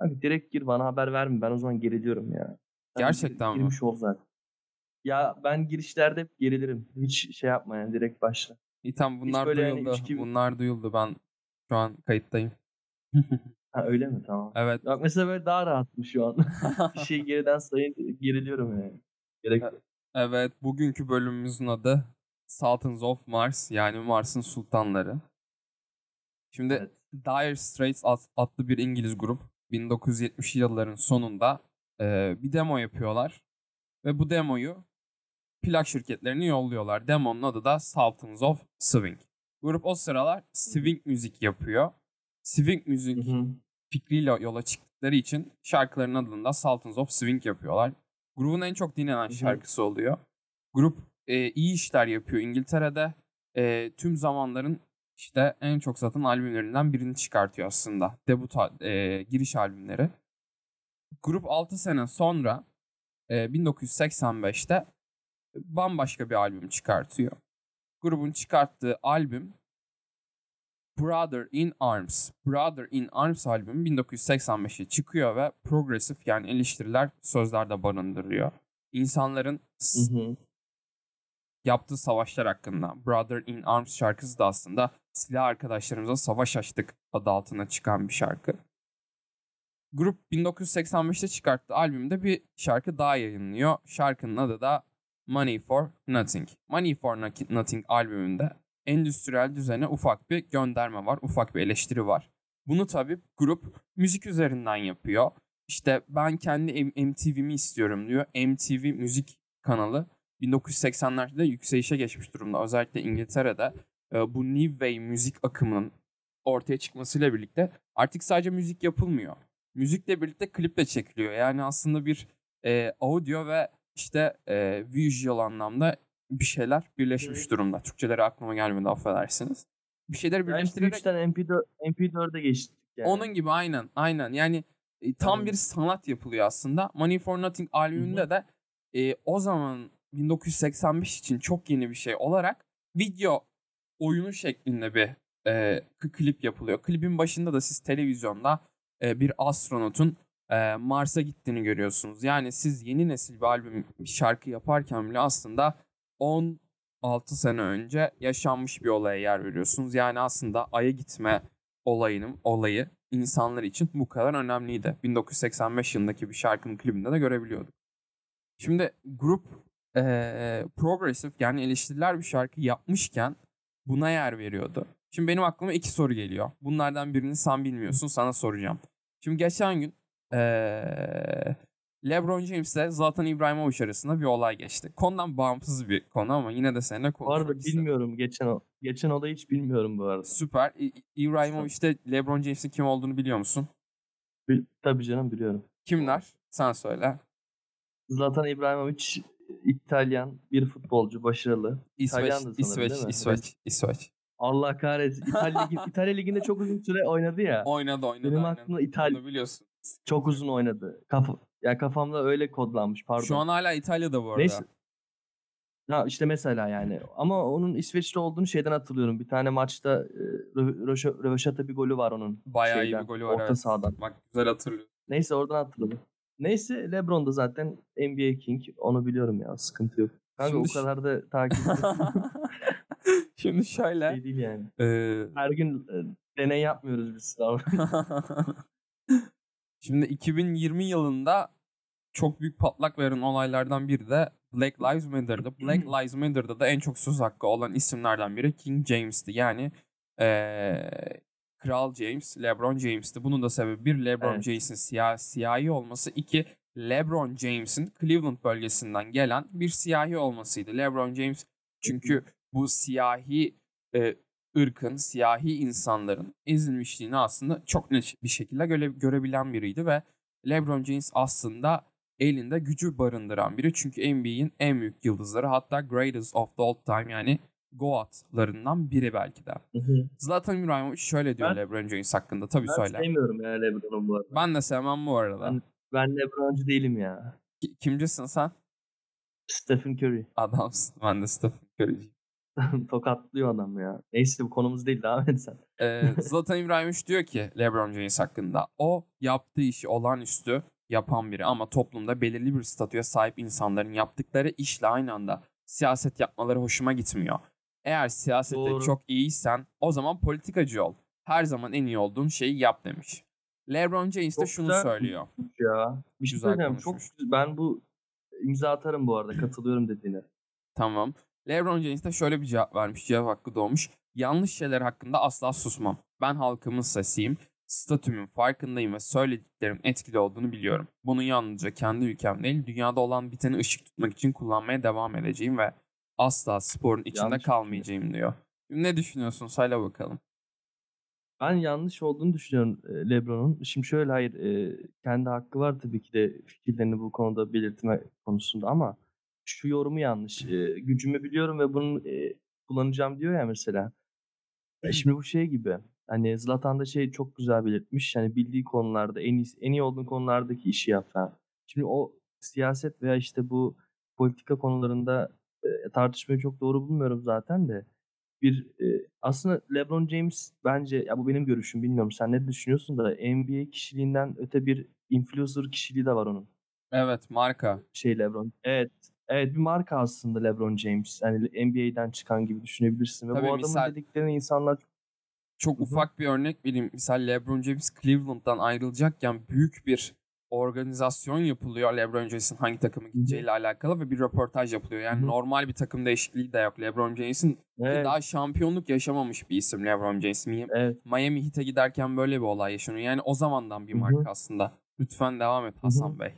Kanka direkt gir, bana haber verme. Ben o zaman geriliyorum ya. Sen Gerçekten mi? girmiş ol zaten. Ya ben girişlerde hep gerilirim. Hiç şey yapma yani, direkt başla. İyi tamam, Hiç bunlar böyle yani duyuldu. 3-2... Bunlar duyuldu. Ben şu an kayıttayım. Ha, öyle mi? Tamam. Evet. Bak mesela böyle daha rahatım şu an. Bir şey geriden sayınca geriliyorum yani. Gerek yok. Evet, bugünkü bölümümüzün adı Sultans of Mars, yani Mars'ın Sultanları. Şimdi Evet. Dire Straits adlı bir İngiliz grup 1970'li yılların sonunda bir demo yapıyorlar ve bu demoyu plak şirketlerine yolluyorlar. Demonun adı da Sultans of Swing. Grup o sıralar Hı hı. swing müzik yapıyor. Swing Hı müzik hı. fikriyle yola çıktıkları için şarkıların adını da Sultans of Swing yapıyorlar. Grubun en çok dinlenen Hı hı. şarkısı oluyor. Grup iyi işler yapıyor İngiltere'de. Tüm zamanların işte en çok satan albümlerinden birini çıkartıyor aslında. Giriş albümleri. Grup 6 sene sonra 1985'te bambaşka bir albüm çıkartıyor. Grubun çıkarttığı albüm Brother in Arms. Brother in Arms albümü 1985'te çıkıyor ve progresif, yani eleştiriler sözlerde barındırıyor. İnsanların Hı hı. yaptığı savaşlar hakkında. Brother in Arms şarkısı da aslında silah arkadaşlarımıza savaş açtık adı altına çıkan bir şarkı. Grup 1985'te çıkarttığı albümde bir şarkı daha yayınlıyor. Şarkının adı da Money for Nothing. Money for Nothing albümünde endüstriyel düzene ufak bir gönderme var, ufak bir eleştiri var. Bunu tabii grup müzik üzerinden yapıyor. İşte ben kendi MTV'mi istiyorum diyor. MTV müzik kanalı 1980'lerde yükselişe geçmiş durumda. Özellikle İngiltere'de bu New Wave müzik akımının ortaya çıkmasıyla birlikte artık sadece müzik yapılmıyor. Müzikle birlikte klip de çekiliyor. Yani aslında bir audio ve işte visual anlamda bir şeyler Hı. birleşmiş durumda. Türkçeleri aklıma gelmedi, affedersiniz. Bir şeyleri birleştirerek MP3'ten MP4'e geçtik onun yani. gibi, aynen. Yani tam bir Aynen. sanat yapılıyor aslında. Money for Nothing Hı hı. albümünde de o zaman 1985 için çok yeni bir şey olarak video oyunu şeklinde bir klip yapılıyor. Klibin başında da siz televizyonda bir astronotun Mars'a gittiğini görüyorsunuz. Yani siz yeni nesil bir albüm, bir şarkı yaparken bile aslında 16 sene önce yaşanmış bir olaya yer veriyorsunuz. Yani aslında Ay'a gitme olayı insanlar için bu kadar önemliydi. 1985 yılındaki bir şarkının klibinde de görebiliyorduk. Şimdi grup progresif, yani eleştiriler bir şarkı yapmışken buna yer veriyordu. Şimdi benim aklıma iki soru geliyor. Bunlardan birini sen bilmiyorsun, sana soracağım. Şimdi geçen gün LeBron James ile Zlatan İbrahimovic arasında bir olay geçti. Konudan bağımsız bir konu ama yine de seninle Bu konuşmak arada istedim. bilmiyorum, geçen olayı hiç bilmiyorum bu arada. Süper. İbrahimovic de LeBron James'in kim olduğunu biliyor musun? Tabii canım, biliyorum. Kimler? Sen söyle. Zlatan İbrahimovic İtalyan bir futbolcu, başarılı. İsveç, İtalyandı sanırım, değil İsveç, mi? İsveç, İsveç. Allah kahretsin. İtalya Ligi'nde çok uzun süre oynadı ya. Oynadı Benim aynen. aklımda Onu biliyorsun. çok Sıkıntı yok. uzun oynadı. Ya kafamda öyle kodlanmış, Şu pardon. an hala İtalya'da bu Neyse. arada. Ha işte mesela yani. Ama onun İsveç'te olduğunu şeyden hatırlıyorum. Bir tane maçta röveşata bir golü var onun Bayağı iyi bir şeyden. golü var, Orta evet. sahadan. Bak, güzel hatırlıyorum. Neyse, oradan hatırladım. Neyse, LeBron da zaten NBA King. Onu biliyorum ya. Sıkıntı yok. Kanka Şimdi o kadar da takipçi Şimdi şöyle. şey değil yani. e, Her gün deney yapmıyoruz biz sınav. Şimdi 2020 yılında çok büyük patlak veren olaylardan biri de Black Lives Matter'dı. Black Lives Matter'da da en çok söz hakkı olan isimlerden biri King James'ti. Yani Kral James, LeBron James'ti. Bunun da sebebi bir, LeBron Evet. James'in siyahi olması. İki, LeBron James'in Cleveland bölgesinden gelen bir siyahi olmasıydı. LeBron James çünkü bu siyahi e, ırkın, siyahi insanların ezilmişliğini aslında çok net bir şekilde görebilen biriydi ve LeBron James aslında elinde gücü barındıran biri. Çünkü NBA'in en büyük yıldızları, hatta greatest of the all time, yani GOAT'larından biri belki de. Hı hı. Zlatan İbrahimovic şöyle diyor Ben LeBron James hakkında. Tabii ben söyle. sevmiyorum ya LeBron'u bu arada. Ben de sevmem bu arada. Ben LeBron'cu değilim ya. Kimcisin sen? Stephen Curry. Adamsın. Ben de Stephen Curry'ciyim. Tokatlıyor adam ya. Neyse bu konumuz değil. Devam et sen. Zlatan İbrahimovic diyor ki LeBron James hakkında, o yaptığı işi olağanüstü yapan biri ama toplumda belirli bir statüye sahip insanların yaptıkları işle aynı anda siyaset yapmaları hoşuma gitmiyor. Eğer siyasette Doğru. çok iyiysen o zaman politikacı ol. Her zaman en iyi olduğun şeyi yap demiş. LeBron James de Çok şunu güzel söylüyor. konuşmuş ya. Bir şey Güzel söyleyeceğim. Çok konuşmuş. güzel. Ben bu imza atarım bu arada. Katılıyorum dediğine. Tamam. LeBron James de şöyle bir cevap vermiş. Cevap hakkı doğmuş. Yanlış şeyler hakkında asla susmam. Ben halkımın sesiyim. Statümün farkındayım ve söylediklerimin etkili olduğunu biliyorum. Bunu yalnızca kendi ülkem değil, dünyada olan biteni ışık tutmak için kullanmaya devam edeceğim ve asla sporun içinde Yanlış kalmayacağım diyor. Ne düşünüyorsun? Söyle bakalım. Ben yanlış olduğunu düşünüyorum LeBron'un. Şimdi şöyle hayır kendi hakkı var tabii ki de fikirlerini bu konuda belirtme konusunda ama şu yorumu yanlış. Gücümü biliyorum ve bunu kullanacağım diyor ya mesela. Şimdi bu şey gibi. Hani Zlatan da şey çok güzel belirtmiş. Yani bildiği konularda en iyi olduğun konulardaki işi yap falan. Şimdi o siyaset veya işte bu politika konularında tartışmayı çok doğru bulmuyorum zaten de. Aslında LeBron James bence ya bu benim görüşüm bilmiyorum sen ne düşünüyorsun da NBA kişiliğinden öte bir influencer kişiliği de var onun. Evet, marka. LeBron. Evet. Evet bir marka aslında LeBron James. Yani NBA'den çıkan gibi düşünebilirsin ve Tabii bu adamın misal dediklerini insanlar çok Hı hı. ufak bir örnek vereyim. Misal LeBron James Cleveland'dan ayrılacakken büyük bir organizasyon yapılıyor LeBron James'in hangi takıma Hı hı. gideceğiyle alakalı ve bir röportaj yapılıyor. Hı Yani hı. normal bir takım değişikliği de yok. LeBron James'in ki Evet. daha şampiyonluk yaşamamış bir isim LeBron James. Evet. Miami Heat'e giderken böyle bir olay yaşanıyor. Yani o zamandan bir Hı hı. marka aslında. Lütfen devam et Hı hı. Hasan Bey.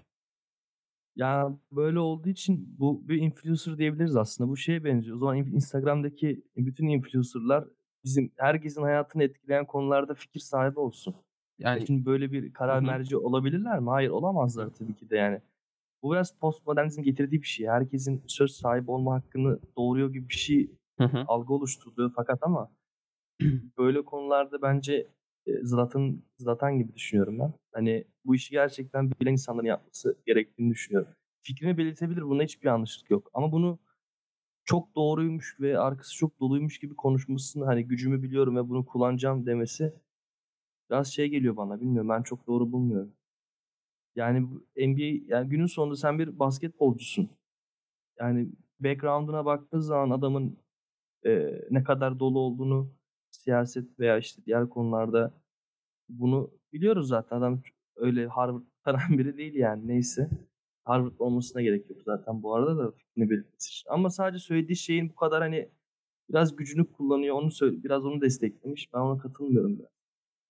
Ya böyle olduğu için bu bir influencer diyebiliriz aslında. Bu şeye benziyor. O zaman Instagram'daki bütün influencer'lar bizim herkesin hayatını etkileyen konularda fikir sahibi olsun. Yani Şimdi böyle bir hı karar hı, merci olabilirler mi? Hayır hı hı, olamazlar tabii ki de yani. Bu biraz postmodernizm getirdiği bir şey. Herkesin söz sahibi olma hakkını doğuruyor gibi bir şey hı hı. algı oluşturuyor fakat ama böyle konularda bence Zlatan gibi düşünüyorum ben. Hani bu işi gerçekten bilen insanların yapması gerektiğini düşünüyorum. Fikrimi belirtebilir. Bunda hiçbir yanlışlık yok. Ama bunu çok doğruymuş ve arkası çok doluymuş gibi konuşmasını hani gücümü biliyorum ve bunu kullanacağım demesi biraz şey geliyor bana. Bilmiyorum ben çok doğru bulmuyorum. Yani bu NBA yani günün sonunda sen bir basketbolcusun. Yani background'una baktığın zaman adamın ne kadar dolu olduğunu siyaset veya işte diğer konularda bunu biliyoruz zaten. Adam öyle Harvard falan biri değil yani neyse. Harvard olmasına gerek yok zaten bu arada da fikrini belirtmesi için. Ama sadece söylediği şeyin bu kadar hani biraz gücünü kullanıyor. Biraz onu desteklemiş. Ben ona katılmıyorum da.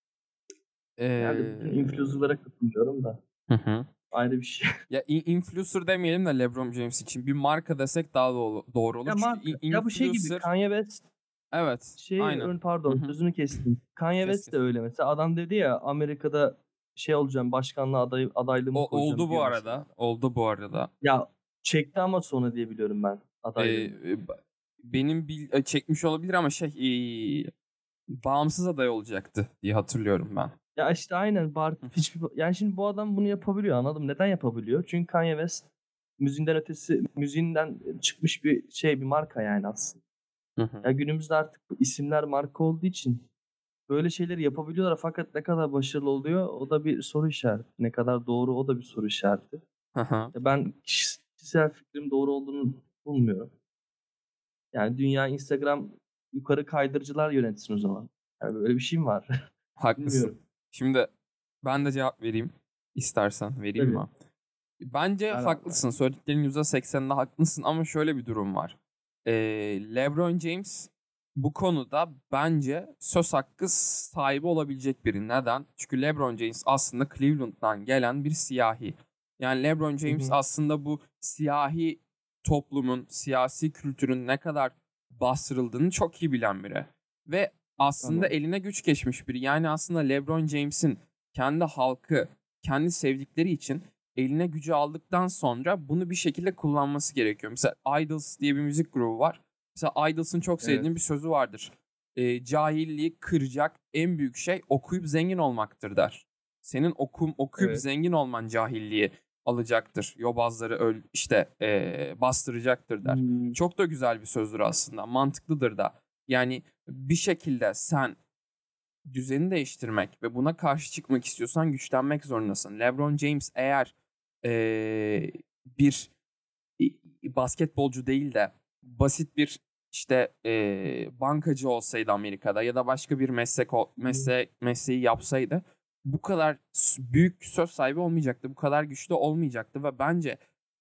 Genelde bütün Ee, influencer'lara katılmıyorum da. hı hı. Ayrı bir şey. Ya influencer demeyelim de LeBron James için bir marka desek daha doğru olur. Ya Çünkü marka. Ya bu şey gibi influencer Kanye West evet aynen. Hı pardon hı. sözünü kestim. Kanye Kes West de kes. öyle mesela. Adam dedi ya Amerika'da şey olacağım başkanlığa adaylığımı koyacağım Oldu bu diyor mesela. arada. Oldu bu arada. Ya çekti ama sonra diye biliyorum ben Ee, adaylığını. benim çekmiş olabilir ama bağımsız aday olacaktı diye hatırlıyorum ben. Ya işte aynen Hı hı. yani şimdi bu adam bunu yapabiliyor anladım. Neden yapabiliyor? Çünkü Kanye West müziğinden çıkmış bir marka yani aslında. Hı hı. Ya günümüzde artık bu isimler marka olduğu için böyle şeyleri yapabiliyorlar fakat ne kadar başarılı oluyor o da bir soru işareti. Ne kadar doğru o da bir soru işareti. Hı hı. Ya ben kişisel fikrim doğru olduğunu bulmuyorum. Yani dünya Instagram yukarı kaydırıcılar yönetsin o zaman. Yani böyle bir şey mi var? Haklısın. Bilmiyorum. Şimdi ben de cevap vereyim. İstersen vereyim Tabii. mi? Bence Ben haklısın. Söylediklerinin %80'inde haklısın ama şöyle bir durum var. LeBron James bu konuda bence söz hakkı sahibi olabilecek biri. Neden? Çünkü LeBron James aslında Cleveland'dan gelen bir siyahi. Yani LeBron Hı James hı. aslında bu siyahi toplumun, siyasi kültürün ne kadar bastırıldığını çok iyi bilen biri. Ve aslında Tamam. eline güç geçmiş biri. Yani aslında LeBron James'in kendi halkı, kendi sevdikleri için eline gücü aldıktan sonra bunu bir şekilde kullanması gerekiyor. Mesela Idols diye bir müzik grubu var. Mesela Idols'ın çok Evet. sevdiğim bir sözü vardır. Cahilliği kıracak en büyük şey okuyup zengin olmaktır der. Senin okuyup Evet. zengin olman cahilliği alacaktır. Yobazları bastıracaktır der. Hmm. Çok da güzel bir sözdür aslında. Mantıklıdır da. Yani bir şekilde sen düzeni değiştirmek ve buna karşı çıkmak istiyorsan güçlenmek zorundasın. LeBron James eğer bir basketbolcu değil de basit bir bankacı olsaydı Amerika'da ya da başka bir mesleği yapsaydı bu kadar büyük söz sahibi olmayacaktı. Bu kadar güçlü olmayacaktı ve bence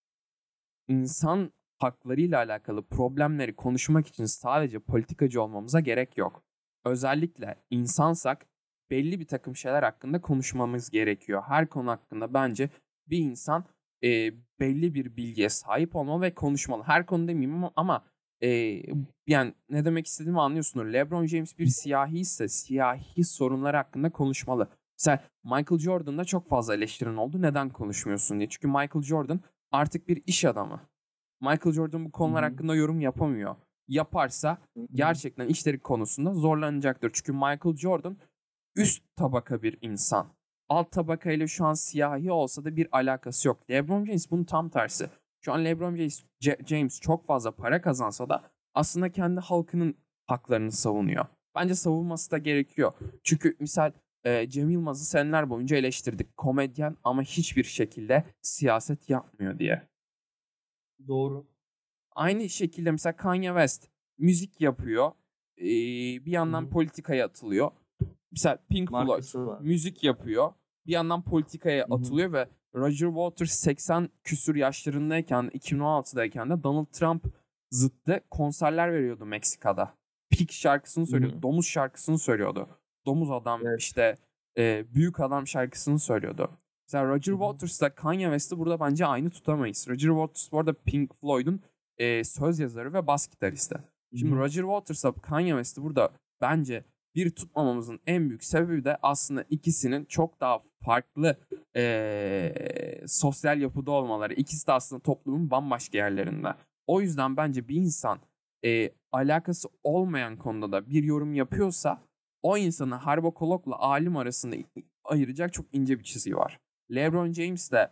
insan haklarıyla alakalı problemleri konuşmak için sadece politikacı olmamıza gerek yok. Özellikle insansak belli bir takım şeyler hakkında konuşmamız gerekiyor. Her konu hakkında bence bir insan belli bir bilgiye sahip olmalı ve konuşmalı. Her konu demeyeyim ama yani ne demek istediğimi anlıyorsunuz. LeBron James bir siyahi ise siyahi sorunlar hakkında konuşmalı. Mesela Michael Jordan'da çok fazla eleştirin oldu. Neden konuşmuyorsun diye. Çünkü Michael Jordan artık bir iş adamı. Michael Jordan bu konular hakkında yorum yapamıyor. Yaparsa gerçekten işleri konusunda zorlanacaktır. Çünkü Michael Jordan üst tabaka bir insan. Alt tabakayla şu an siyahi olsa da bir alakası yok. LeBron James bunun tam tersi. Şu an LeBron James çok fazla para kazansa da aslında kendi halkının haklarını savunuyor. Bence savunması da gerekiyor. Çünkü misal Cem Yılmaz'ı seneler boyunca eleştirdik. Komedyen ama hiçbir şekilde siyaset yapmıyor diye. Doğru. Aynı şekilde mesela Kanye West müzik yapıyor. Bir yandan politikaya atılıyor. Mesela Pink Floyd müzik yapıyor. Bir yandan politikaya atılıyor ve Roger Waters 80 küsur yaşlarındayken 2016'dayken de Donald Trump zıttı konserler veriyordu Meksika'da. Pig şarkısını söylüyordu. Domuz şarkısını söylüyordu. Domuz adam büyük adam şarkısını söylüyordu. Mesela Roger Waters'la Kanye West'i burada bence aynı tutamayız. Roger Waters bu arada Pink Floyd'un söz yazarı ve bas gitaristi. Şimdi Roger Waters'la Kanye West'i burada bence bir tutmamamızın en büyük sebebi de aslında ikisinin çok daha farklı sosyal yapıda olmaları. İkisi de aslında toplumun bambaşka yerlerinde. O yüzden bence bir insan alakası olmayan konuda da bir yorum yapıyorsa o insanı herbokologla alim arasında ayıracak çok ince bir çizgi var. LeBron James de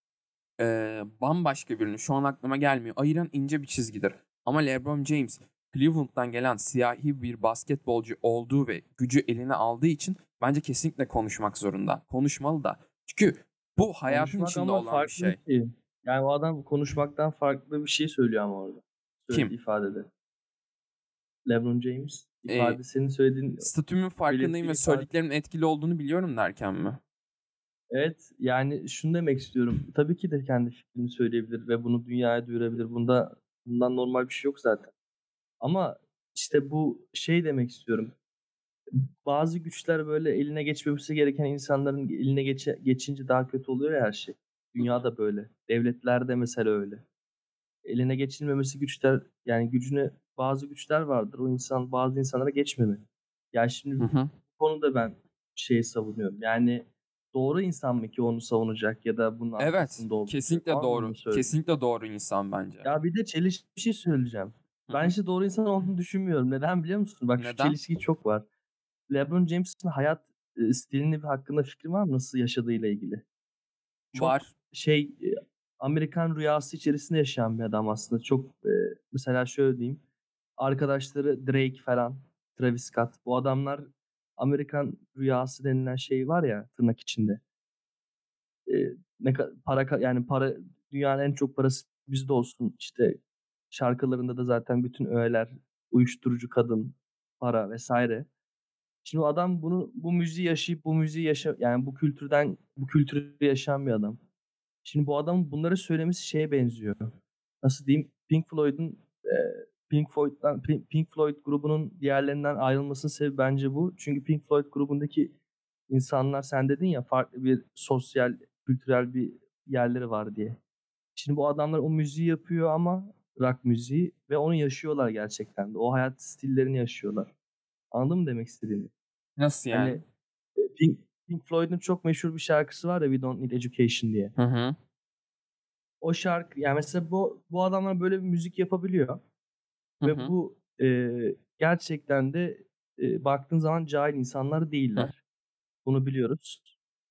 bambaşka birini şu an aklıma gelmiyor. Ayıran ince bir çizgidir. Ama LeBron James Cleveland'dan gelen siyahi bir basketbolcu olduğu ve gücü eline aldığı için bence kesinlikle konuşmak zorunda. Konuşmalı da. Çünkü bu hayatın içinde olan bir şey. Yani o adam konuşmaktan farklı bir şey söylüyor ama orada. Kim? İfadede. LeBron James. Senin söylediğin... Statümün farkındayım ve söylediklerimin etkili olduğunu biliyorum derken mi? Evet. Yani şunu demek istiyorum. Tabii ki de kendi fikrini söyleyebilir ve bunu dünyaya duyurabilir. Bundan normal bir şey yok zaten. Ama işte bu demek istiyorum. Bazı güçler böyle eline geçmemesi gereken insanların eline geçince daha kötü oluyor ya her şey. Dünyada böyle. Devletlerde mesela öyle. Eline geçilmemesi güçler, yani bazı güçler vardır. Bazı insanlara geçmemeli. Yani şimdi bu konuda ben savunuyorum. Yani doğru insan mı ki onu savunacak ya da bunun arkasında olacak? Kesinlikle doğru. Kesinlikle doğru insan bence. Ya bir de çelişki bir şey söyleyeceğim. Ben işte doğru insan olduğunu düşünmüyorum. Neden biliyor musun? Bak şu çelişki çok var. LeBron James'in hayat stilini hakkında fikrin var mı? Nasıl yaşadığıyla ilgili? Var. Amerikan rüyası içerisinde yaşayan bir adam aslında. Çok mesela şöyle diyeyim. Arkadaşları Drake falan, Travis Scott. Bu adamlar Amerikan rüyası denilen şey var ya tırnak içinde. Para dünyanın en çok parası bizde olsun. İşte şarkılarında da zaten bütün öğeler uyuşturucu, kadın, para vesaire. Şimdi adam bu müziği yaşayıp yani bu kültürü yaşayan bir adam. Şimdi bu adamın bunları söylemesi şeye benziyor. Nasıl diyeyim? Pink Floyd grubunun diğerlerinden ayrılmasının sebebi bence bu. Çünkü Pink Floyd grubundaki insanlar, sen dedin ya, farklı bir sosyal, kültürel bir yerleri var diye. Şimdi bu adamlar o müziği yapıyor ama rock müziği ve onu yaşıyorlar gerçekten de. O hayat stillerini yaşıyorlar. Anladın mı demek istediğimi? Nasıl yani? Hani Pink Floyd'un çok meşhur bir şarkısı var ya, We Don't Need Education diye. O şarkı, yani mesela bu adamlar böyle bir müzik yapabiliyor. Ve bu gerçekten de baktığın zaman cahil insanlar değiller. Bunu biliyoruz.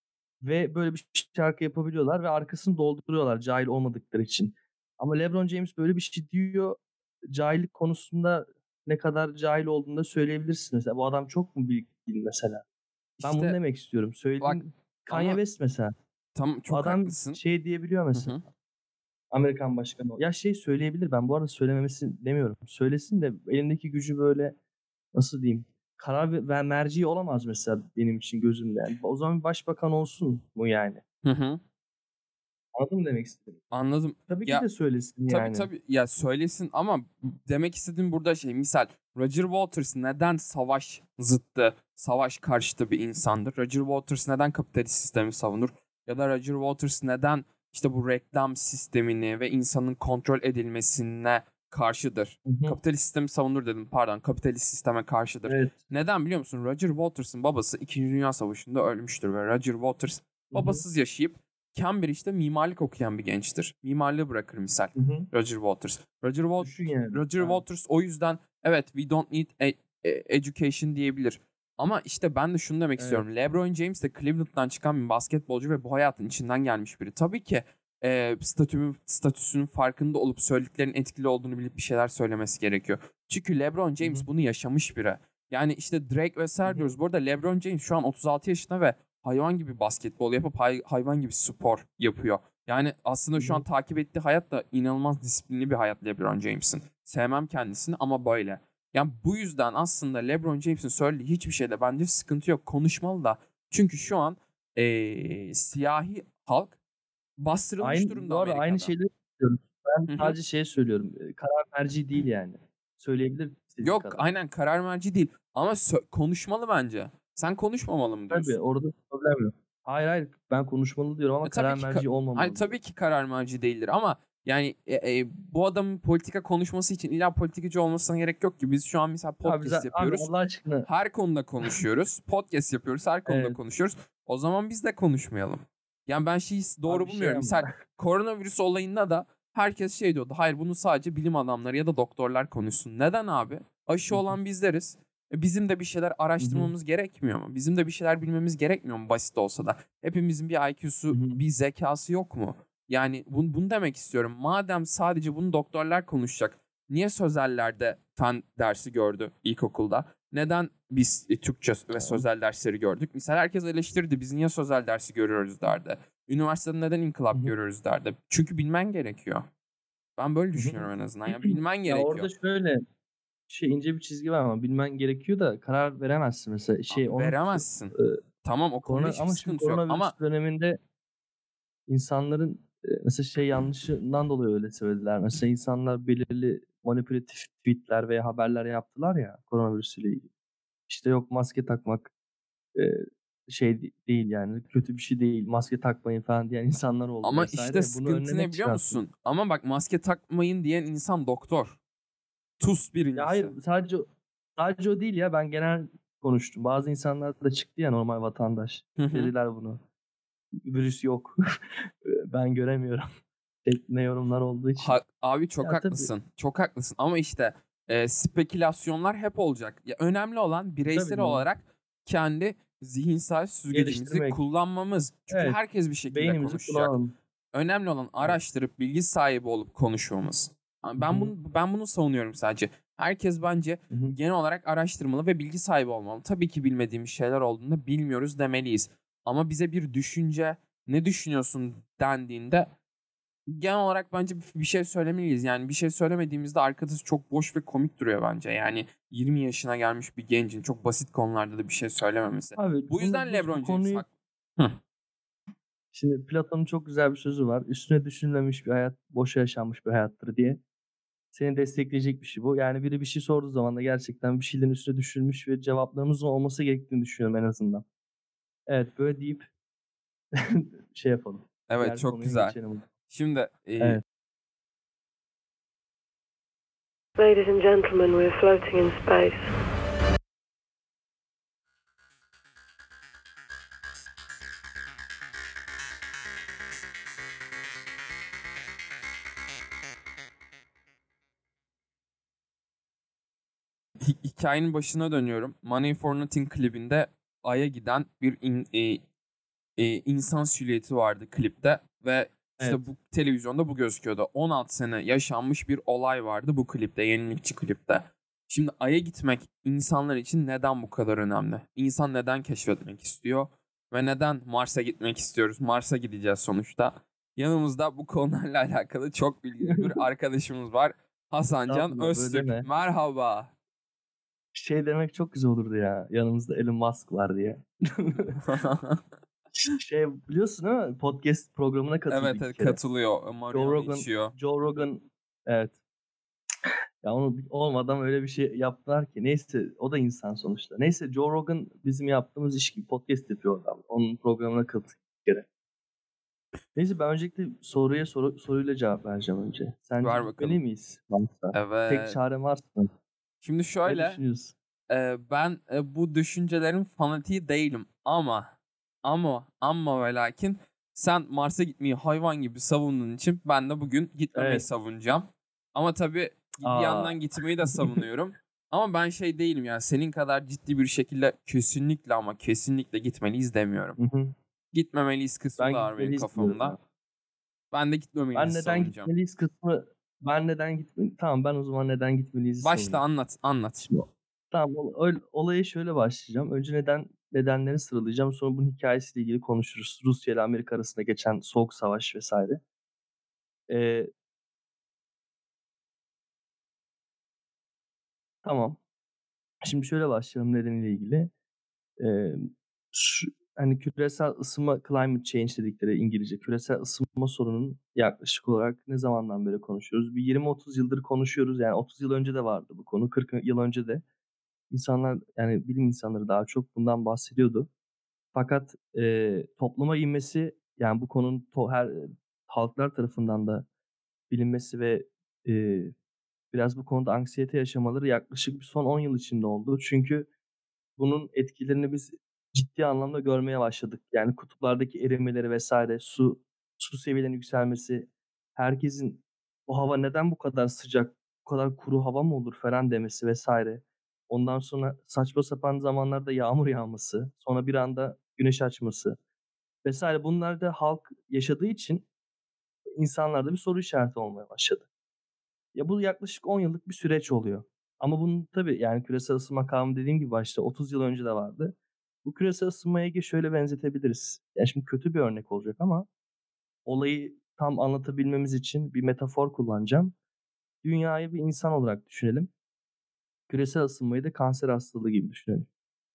Ve böyle bir şarkı yapabiliyorlar ve arkasını dolduruyorlar cahil olmadıkları için. Ama LeBron James böyle bir şey diyor. Cahillik konusunda ne kadar cahil olduğunu da söyleyebilirsin. Mesela bu adam çok mu bilgili mesela? Ben bunu İşte demek istiyorum. bak Söylediğin Kanye ama West mesela. tam O çok adam haklısın. şey diyebiliyor Hı mesela. hı. Amerikan başkanı. Ya şey söyleyebilir. Ben bu arada söylememesi demiyorum. Söylesin de elindeki gücü böyle nasıl diyeyim? Karar ve merci olamaz mesela benim için gözümde. Yani o zaman bir başbakan olsun mu yani? Hı hı. Anladın mı demek istedim? Anladım. Tabii ki Ya de söylesin tabii yani. tabii ya söylesin ama demek istediğim burada şey misal Roger Waters neden savaş zıttı, savaş karşıtı bir insandır? Roger Waters neden kapitalist sistemi savunur? Ya da Roger Waters neden işte bu reklam sistemini ve insanın kontrol edilmesine karşıdır? Hı hı. Kapitalist sistemi savunur dedim pardon. Kapitalist sisteme karşıdır. Evet. Neden biliyor musun? Roger Waters'ın babası 2. Dünya Savaşı'nda ölmüştür ve Roger Waters Hı hı. babasız yaşayıp Cambridge'de mimarlık okuyan bir gençtir. Mimarlığı bırakır misal. Hı hı. Roger Waters. Düşün yani. Roger Ha. Waters o yüzden evet we don't need education diyebilir. Ama işte ben de şunu demek Evet. istiyorum. LeBron James de Cleveland'dan çıkan bir basketbolcu ve bu hayatın içinden gelmiş biri. Tabii ki statüsünün farkında olup söylediklerinin etkili olduğunu bilip bir şeyler söylemesi gerekiyor. Çünkü LeBron Hı James hı. bunu yaşamış biri. Yani işte Drake Hı vesaire hı. diyoruz. Bu arada LeBron James şu an 36 yaşında ve hayvan gibi basketbol yapıp hayvan gibi spor yapıyor. Yani aslında Hı şu an hı. takip ettiği hayat da inanılmaz disiplinli bir hayat LeBron James'in. Sevmem kendisini ama böyle. Yani bu yüzden aslında LeBron James'in söylediği hiçbir şeyde bence sıkıntı yok. Konuşmalı da. Çünkü şu an siyahi halk bastırılmış durumda Bu arada aynı Amerika'da. şeyleri söylüyorum. Ben Hı hı. sadece şey söylüyorum. Karar merci değil yani. Söyleyebilir istediği Yok kadar. aynen karar merci değil. Ama konuşmalı bence. Sen konuşmamalı mı Tabii diyorsun? orada problem yok. Hayır hayır ben konuşmalı diyorum ama Tabii karar ki merci hayır, olmamalı tabii diyorum. ki karar merci değildir ama yani bu adamın politika konuşması için illa politikacı olmasına gerek yok ki. Biz şu an mesela Abi, podcast abi yapıyoruz. Allah aşkına Her konuda konuşuyoruz. Podcast yapıyoruz. Her konuda evet, konuşuyoruz. O zaman biz de konuşmayalım. Yani ben şeyi abi doğru bir şey bulmuyorum. ama. Mesela koronavirüs olayında da herkes şey diyordu. Hayır bunu sadece bilim adamları ya da doktorlar konuşsun. Neden abi? Aşı olan bizleriz. Bizim de bir şeyler Hı hı. araştırmamız gerekmiyor mu? Bizim de bir şeyler bilmemiz gerekmiyor mu basit olsa da? Hepimizin bir Hı IQ'su, hı. bir zekası yok mu? Yani bunu demek istiyorum. Madem sadece bunu doktorlar konuşacak, niye sözellerde fen dersi gördü ilkokulda? Neden biz Türkçe ve sözel dersleri gördük? Mesela herkes eleştirdi. Biz niye sözel dersi görüyoruz derdi. Üniversitede neden Hı inkılap hı. görüyoruz derdi. Çünkü bilmen gerekiyor. Ben böyle Hı hı. düşünüyorum en azından. Yani bilmen Ya gerekiyor. orada şöyle ince bir çizgi var ama bilmen gerekiyor da karar veremezsin mesela. Veremezsin. E, Tamam o konuda hiçbir ama şimdi sıkıntı yok. Ama koronavirüs döneminde insanların mesela yanlışından dolayı öyle söylediler. Mesela insanlar belirli manipülatif tweetler veya haberler yaptılar ya koronavirüsüyle ilgili. İşte yok maske takmak e, değil yani kötü bir şey değil. Maske takmayın falan diyen insanlar oldu ama işte vesaire. Bunu sıkıntı ne önlemek biliyor için aslında. musun? Ama bak maske takmayın diyen insan doktor. TUS Ya birincisi. hayır sadece o değil ya ben genel konuştum. Bazı insanlar da çıktı ya normal vatandaş. Hı hı. Dediler bunu. Virüs yok. Ben göremiyorum. Şeklinde yorumlar olduğu için. Abi çok Ya tabii. haklısın. Çok haklısın ama işte spekülasyonlar hep olacak. Ya önemli olan Tabii bireysel normal. olarak kendi zihinsel süzgecimizi Geliştirmek. kullanmamız. Çünkü Evet. herkes bir şekilde Beynimizi konuşacak. kullanalım. Önemli olan Evet. araştırıp bilgi sahibi olup konuşmamız. Hı Ben hı. bunu savunuyorum sadece. Herkes bence Hı hı. genel olarak araştırmalı ve bilgi sahibi olmalı. Tabii ki bilmediğimiz şeyler olduğunda bilmiyoruz demeliyiz. Ama bize bir düşünce, ne düşünüyorsun dendiğinde genel olarak bence bir şey söylemeliyiz. Yani bir şey söylemediğimizde arkası çok boş ve komik duruyor bence. Yani 20 yaşına gelmiş bir gencin çok basit konularda da bir şey söylememesi. Abi Bu yüzden bu LeBron James konuyu haklı. Hı. şimdi Platon'un çok güzel bir sözü var. Üstüne düşünülmemiş bir hayat boşa yaşanmış bir hayattır diye. Seni destekleyecek bir şey bu. Yani biri bir şey sorduğu zaman da gerçekten bir şeylerin üstüne düşünülmüş ve cevaplarımızın olması gerektiğini düşünüyorum en azından. Evet böyle deyip yapalım. Evet Diğer çok konuya güzel. geçelim. Şimdi Evet. Ladies and gentlemen, we're floating in space. hikayenin başına dönüyorum. Money for Nothing klibinde Ay'a giden bir insan silüeti vardı klipte ve işte Evet. bu televizyonda bu gözüküyordu. 16 sene yaşanmış bir olay vardı bu klipte, yenilikçi klipte. Şimdi Ay'a gitmek insanlar için neden bu kadar önemli? İnsan neden keşfetmek istiyor? Ve neden Mars'a gitmek istiyoruz? Mars'a gideceğiz sonuçta. Yanımızda bu konularla alakalı çok bilgili bir arkadaşımız var. Hasancan Estağfurullah, böyle Öztürk. deme. Merhaba. Şey demek çok güzel olurdu ya. Yanımızda Elon Musk var diye. Şey biliyorsun değil mi? Podcast programına katıldı Evet, bir evet kere. katılıyor. Joe Marihuana Rogan, içiyor. Joe Rogan, evet. Ya onu olmadan öyle bir şey yaptılar ki. Neyse o da insan sonuçta. Neyse Joe Rogan bizim yaptığımız iş gibi podcast yapıyor adam. Onun programına katıldık bir kere. Neyse ben öncelikle soruyla cevap vereceğim önce. Sence Ver gitmeli bakalım. miyiz Mars'a? Tek Evet. çare Mars mı? Şimdi Ne şöyle, düşünüyorsun? ben bu düşüncelerin fanatiği değilim ama ve lakin sen Mars'a gitmeyi hayvan gibi savunduğun için ben de bugün gitmemeyi Evet. savunacağım. Ama tabii bir Aa. yandan gitmeyi de savunuyorum. Ama ben şey değilim, yani senin kadar ciddi bir şekilde kesinlikle ama kesinlikle gitmeliyiz demiyorum. Hı hı. Gitmemeliyiz kısmı Ben da var benim gitmeliyiz diyorum kafamda. abi. Ben de gitmemeliyiz Ben neden savunacağım. gitmeliyiz kısmı ben neden gitmeli? Tamam ben o zaman neden gitmeliyiz Başla, savunayım. anlat. Şimdi tamam olaya şöyle başlayacağım. Önce nedenleri sıralayacağım. Sonra bunun hikayesiyle ilgili konuşuruz. Rusya ile Amerika arasında geçen soğuk savaş vesaire. Ee, tamam. Şimdi şöyle başlayalım nedeniyle ilgili. Ee, hani küresel ısınma, climate change dedikleri İngilizce, küresel ısınma sorunun yaklaşık olarak ne zamandan beri konuşuyoruz? Bir 20-30 yıldır konuşuyoruz. Yani 30 yıl önce de vardı bu konu. 40 yıl önce de insanlar, yani bilim insanları daha çok bundan bahsediyordu. Fakat topluma inmesi, yani bu konunun halklar tarafından da bilinmesi ve biraz bu konuda anksiyete yaşamaları yaklaşık bir son 10 yıl içinde oldu. Çünkü bunun etkilerini biz ciddi anlamda görmeye başladık. Yani kutuplardaki erimeleri vesaire, su seviyelerinin yükselmesi, herkesin bu hava neden bu kadar sıcak, bu kadar kuru hava mı olur falan demesi vesaire. Ondan sonra saçma sapan zamanlarda yağmur yağması, sonra bir anda güneş açması vesaire. Bunlar da halk yaşadığı için insanlarda bir soru işareti olmaya başladı. Ya bu yaklaşık 10 yıllık bir süreç oluyor. Ama bunun tabii yani küresel ısınma kavramı dediğim gibi başta 30 yıl önce de vardı. Bu küresel ısınmaya şöyle benzetebiliriz. Yani şimdi kötü bir örnek olacak ama olayı tam anlatabilmemiz için bir metafor kullanacağım. Dünyayı bir insan olarak düşünelim. Küresel ısınmayı da kanser hastalığı gibi düşünelim.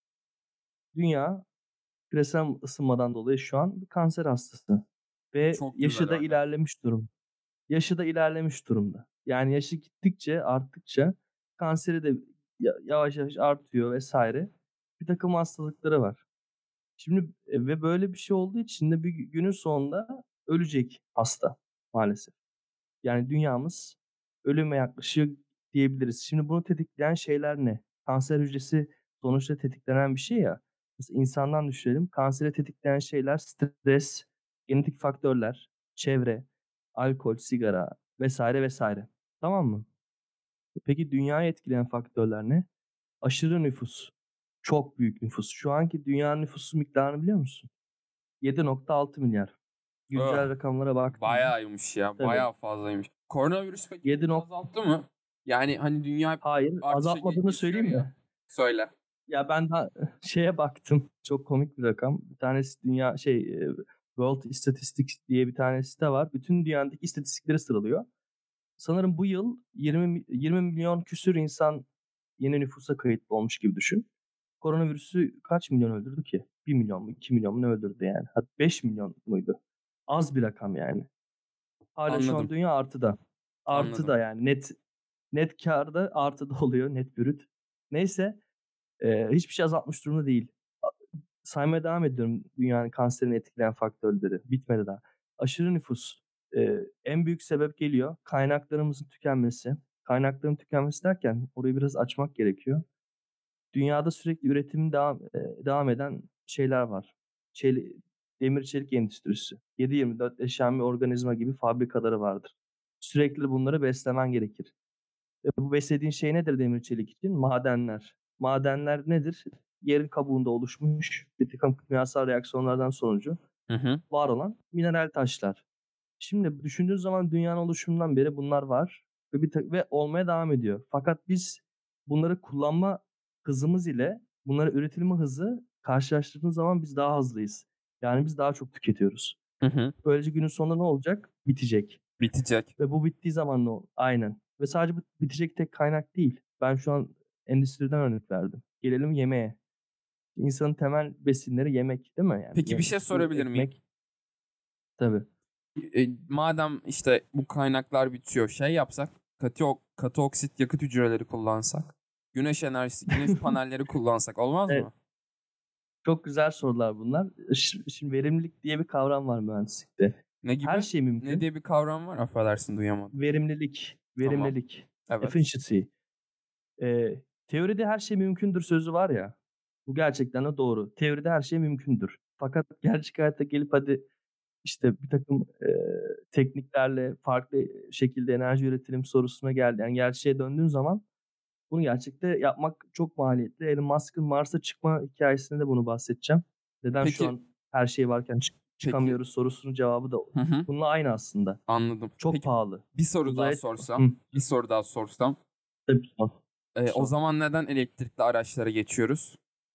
Dünya küresel ısınmadan dolayı şu an bir kanser hastası ve Çok güzel örnek. Yaşı da ilerlemiş durumda. Yani yaşı gittikçe, arttıkça kanseri de yavaş yavaş artıyor vesaire. Bir takım hastalıkları var. Şimdi ve böyle bir şey olduğu için de bir günün sonunda ölecek hasta maalesef. Yani dünyamız ölüme yaklaşıyor diyebiliriz. Şimdi bunu tetikleyen şeyler ne? Kanser hücresi sonuçta tetiklenen bir şey ya. Mesela insandan düşünelim. Kanseri tetikleyen şeyler stres, genetik faktörler, çevre, alkol, sigara vesaire vesaire. Tamam mı? Peki dünyayı etkileyen faktörler ne? Aşırı nüfus. Çok büyük nüfus. Şu anki dünya nüfusu miktarını biliyor musun? 7,6 milyar. Öh, Güncel rakamlara baktığımda. bayağıymış ya. Tabii. Bayağı fazlaymış. Koronavirüs peki 7 bunu nok azalttı mı? Yani hani dünya Hayır, artışa azaltmadığını geçiyor söyleyeyim ya. mi? Söyle. Ya ben daha şeye baktım. Çok komik bir rakam. Bir tanesi World Statistics diye bir tane site var. Bütün dünyadaki istatistikleri sıralıyor. Sanırım bu yıl 20 milyon küsür insan yeni nüfusa kayıtlı olmuş gibi düşün. Koronavirüsü kaç milyon öldürdü ki? 1 milyon mu 2 milyon mu ne öldürdü yani? Hatta 5 milyon muydu? Az bir rakam yani. Hala şu an Anladım. dünya artıda. Anladım. Artıda yani net kârda artıda oluyor, net brüt. Neyse hiçbir şey azaltmış durumda değil. Saymaya devam ediyorum dünyanın kanserini etkileyen faktörleri. Bitmedi daha. Aşırı nüfus. En büyük sebep geliyor. Kaynaklarımızın tükenmesi. Kaynakların tükenmesi derken orayı biraz açmak gerekiyor. Dünyada sürekli üretim devam eden şeyler var. Demir çelik endüstrisi. 7/24 yaşayan bir organizma gibi fabrikaları vardır. Sürekli bunları beslemen gerekir. Bu beslediğin şey nedir demir çelik için? Madenler. Madenler nedir? Yerin kabuğunda oluşmuş bir takım kimyasal reaksiyonlardan sonucu Hı hı. var olan mineral taşlar. Şimdi düşündüğün zaman dünyanın oluşumundan beri bunlar var ve olmaya devam ediyor. Fakat biz bunları kullanma hızımız ile bunları üretilme hızı karşılaştırdığın zaman biz daha hızlıyız. Yani biz daha çok tüketiyoruz. Hı hı. Böylece günün sonunda ne olacak? Bitecek. Bitecek. Ve bu bittiği zaman ne olur? Aynen. Ve sadece bu bitecek tek kaynak değil. Ben şu an endüstriden örnek verdim. Gelelim yemeğe. İnsanın temel besinleri yemek değil mi? Yani Peki bir şey su, sorabilir miyim? ekmek. Tabii. Madem işte bu kaynaklar bitiyor, şey yapsak, katı oksit yakıt hücreleri kullansak, güneş enerjisi, güneş panelleri kullansak olmaz Evet. mı? Çok güzel sorular bunlar. Şimdi verimlilik diye bir kavram var mühendislikte. Ne gibi? Her şey Ne mümkün. diye bir kavram var? Affedersin, duyamadım. Verimlilik, Tamam. Evet. efficiency. Teoride her şey mümkündür sözü var ya. Bu gerçekten de doğru. Teoride her şey mümkündür. Fakat gerçek hayatta gelip hadi işte bir takım tekniklerle farklı şekilde enerji üretelim sorusuna geldi. Yani gerçeğe döndüğün zaman bunu gerçekte yapmak çok maliyetli. Elon Musk'ın Mars'a çıkma hikayesinde de bunu bahsedeceğim. Neden şu Peki, an her şey varken çıkamıyoruz sorusunun cevabı da o. hı hı, Bununla aynı aslında. anladım. Çok Peki pahalı. bir soru daha Uzaya... sorsam, Hı, bir soru daha sorsam, tabii sor. o Sor. zaman neden elektrikli araçlara geçiyoruz?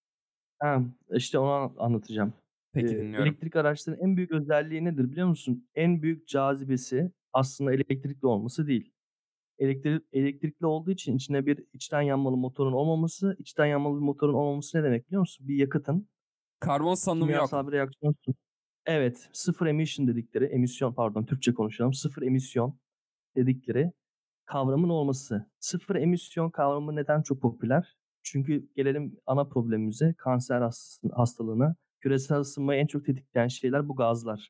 İşte onu anlatacağım. Peki, dinliyorum. Elektrik araçlarının en büyük özelliği nedir biliyor musun? En büyük cazibesi aslında elektrikli olması değil. Elektrikli olduğu için içine bir içten yanmalı motorun olmaması, içten yanmalı bir motorun olmaması ne demek biliyor musun? Bir yakıtın Karbon salınımı yok. kimyasal bir reaksiyon. Evet, sıfır emission dedikleri, emisyon pardon Türkçe konuşalım. Sıfır emisyon dedikleri kavramın olması. Sıfır emisyon kavramı neden çok popüler? Çünkü gelelim ana problemimize, kanser hastalığına. Küresel ısınmayı en çok tetikleyen şeyler bu gazlar.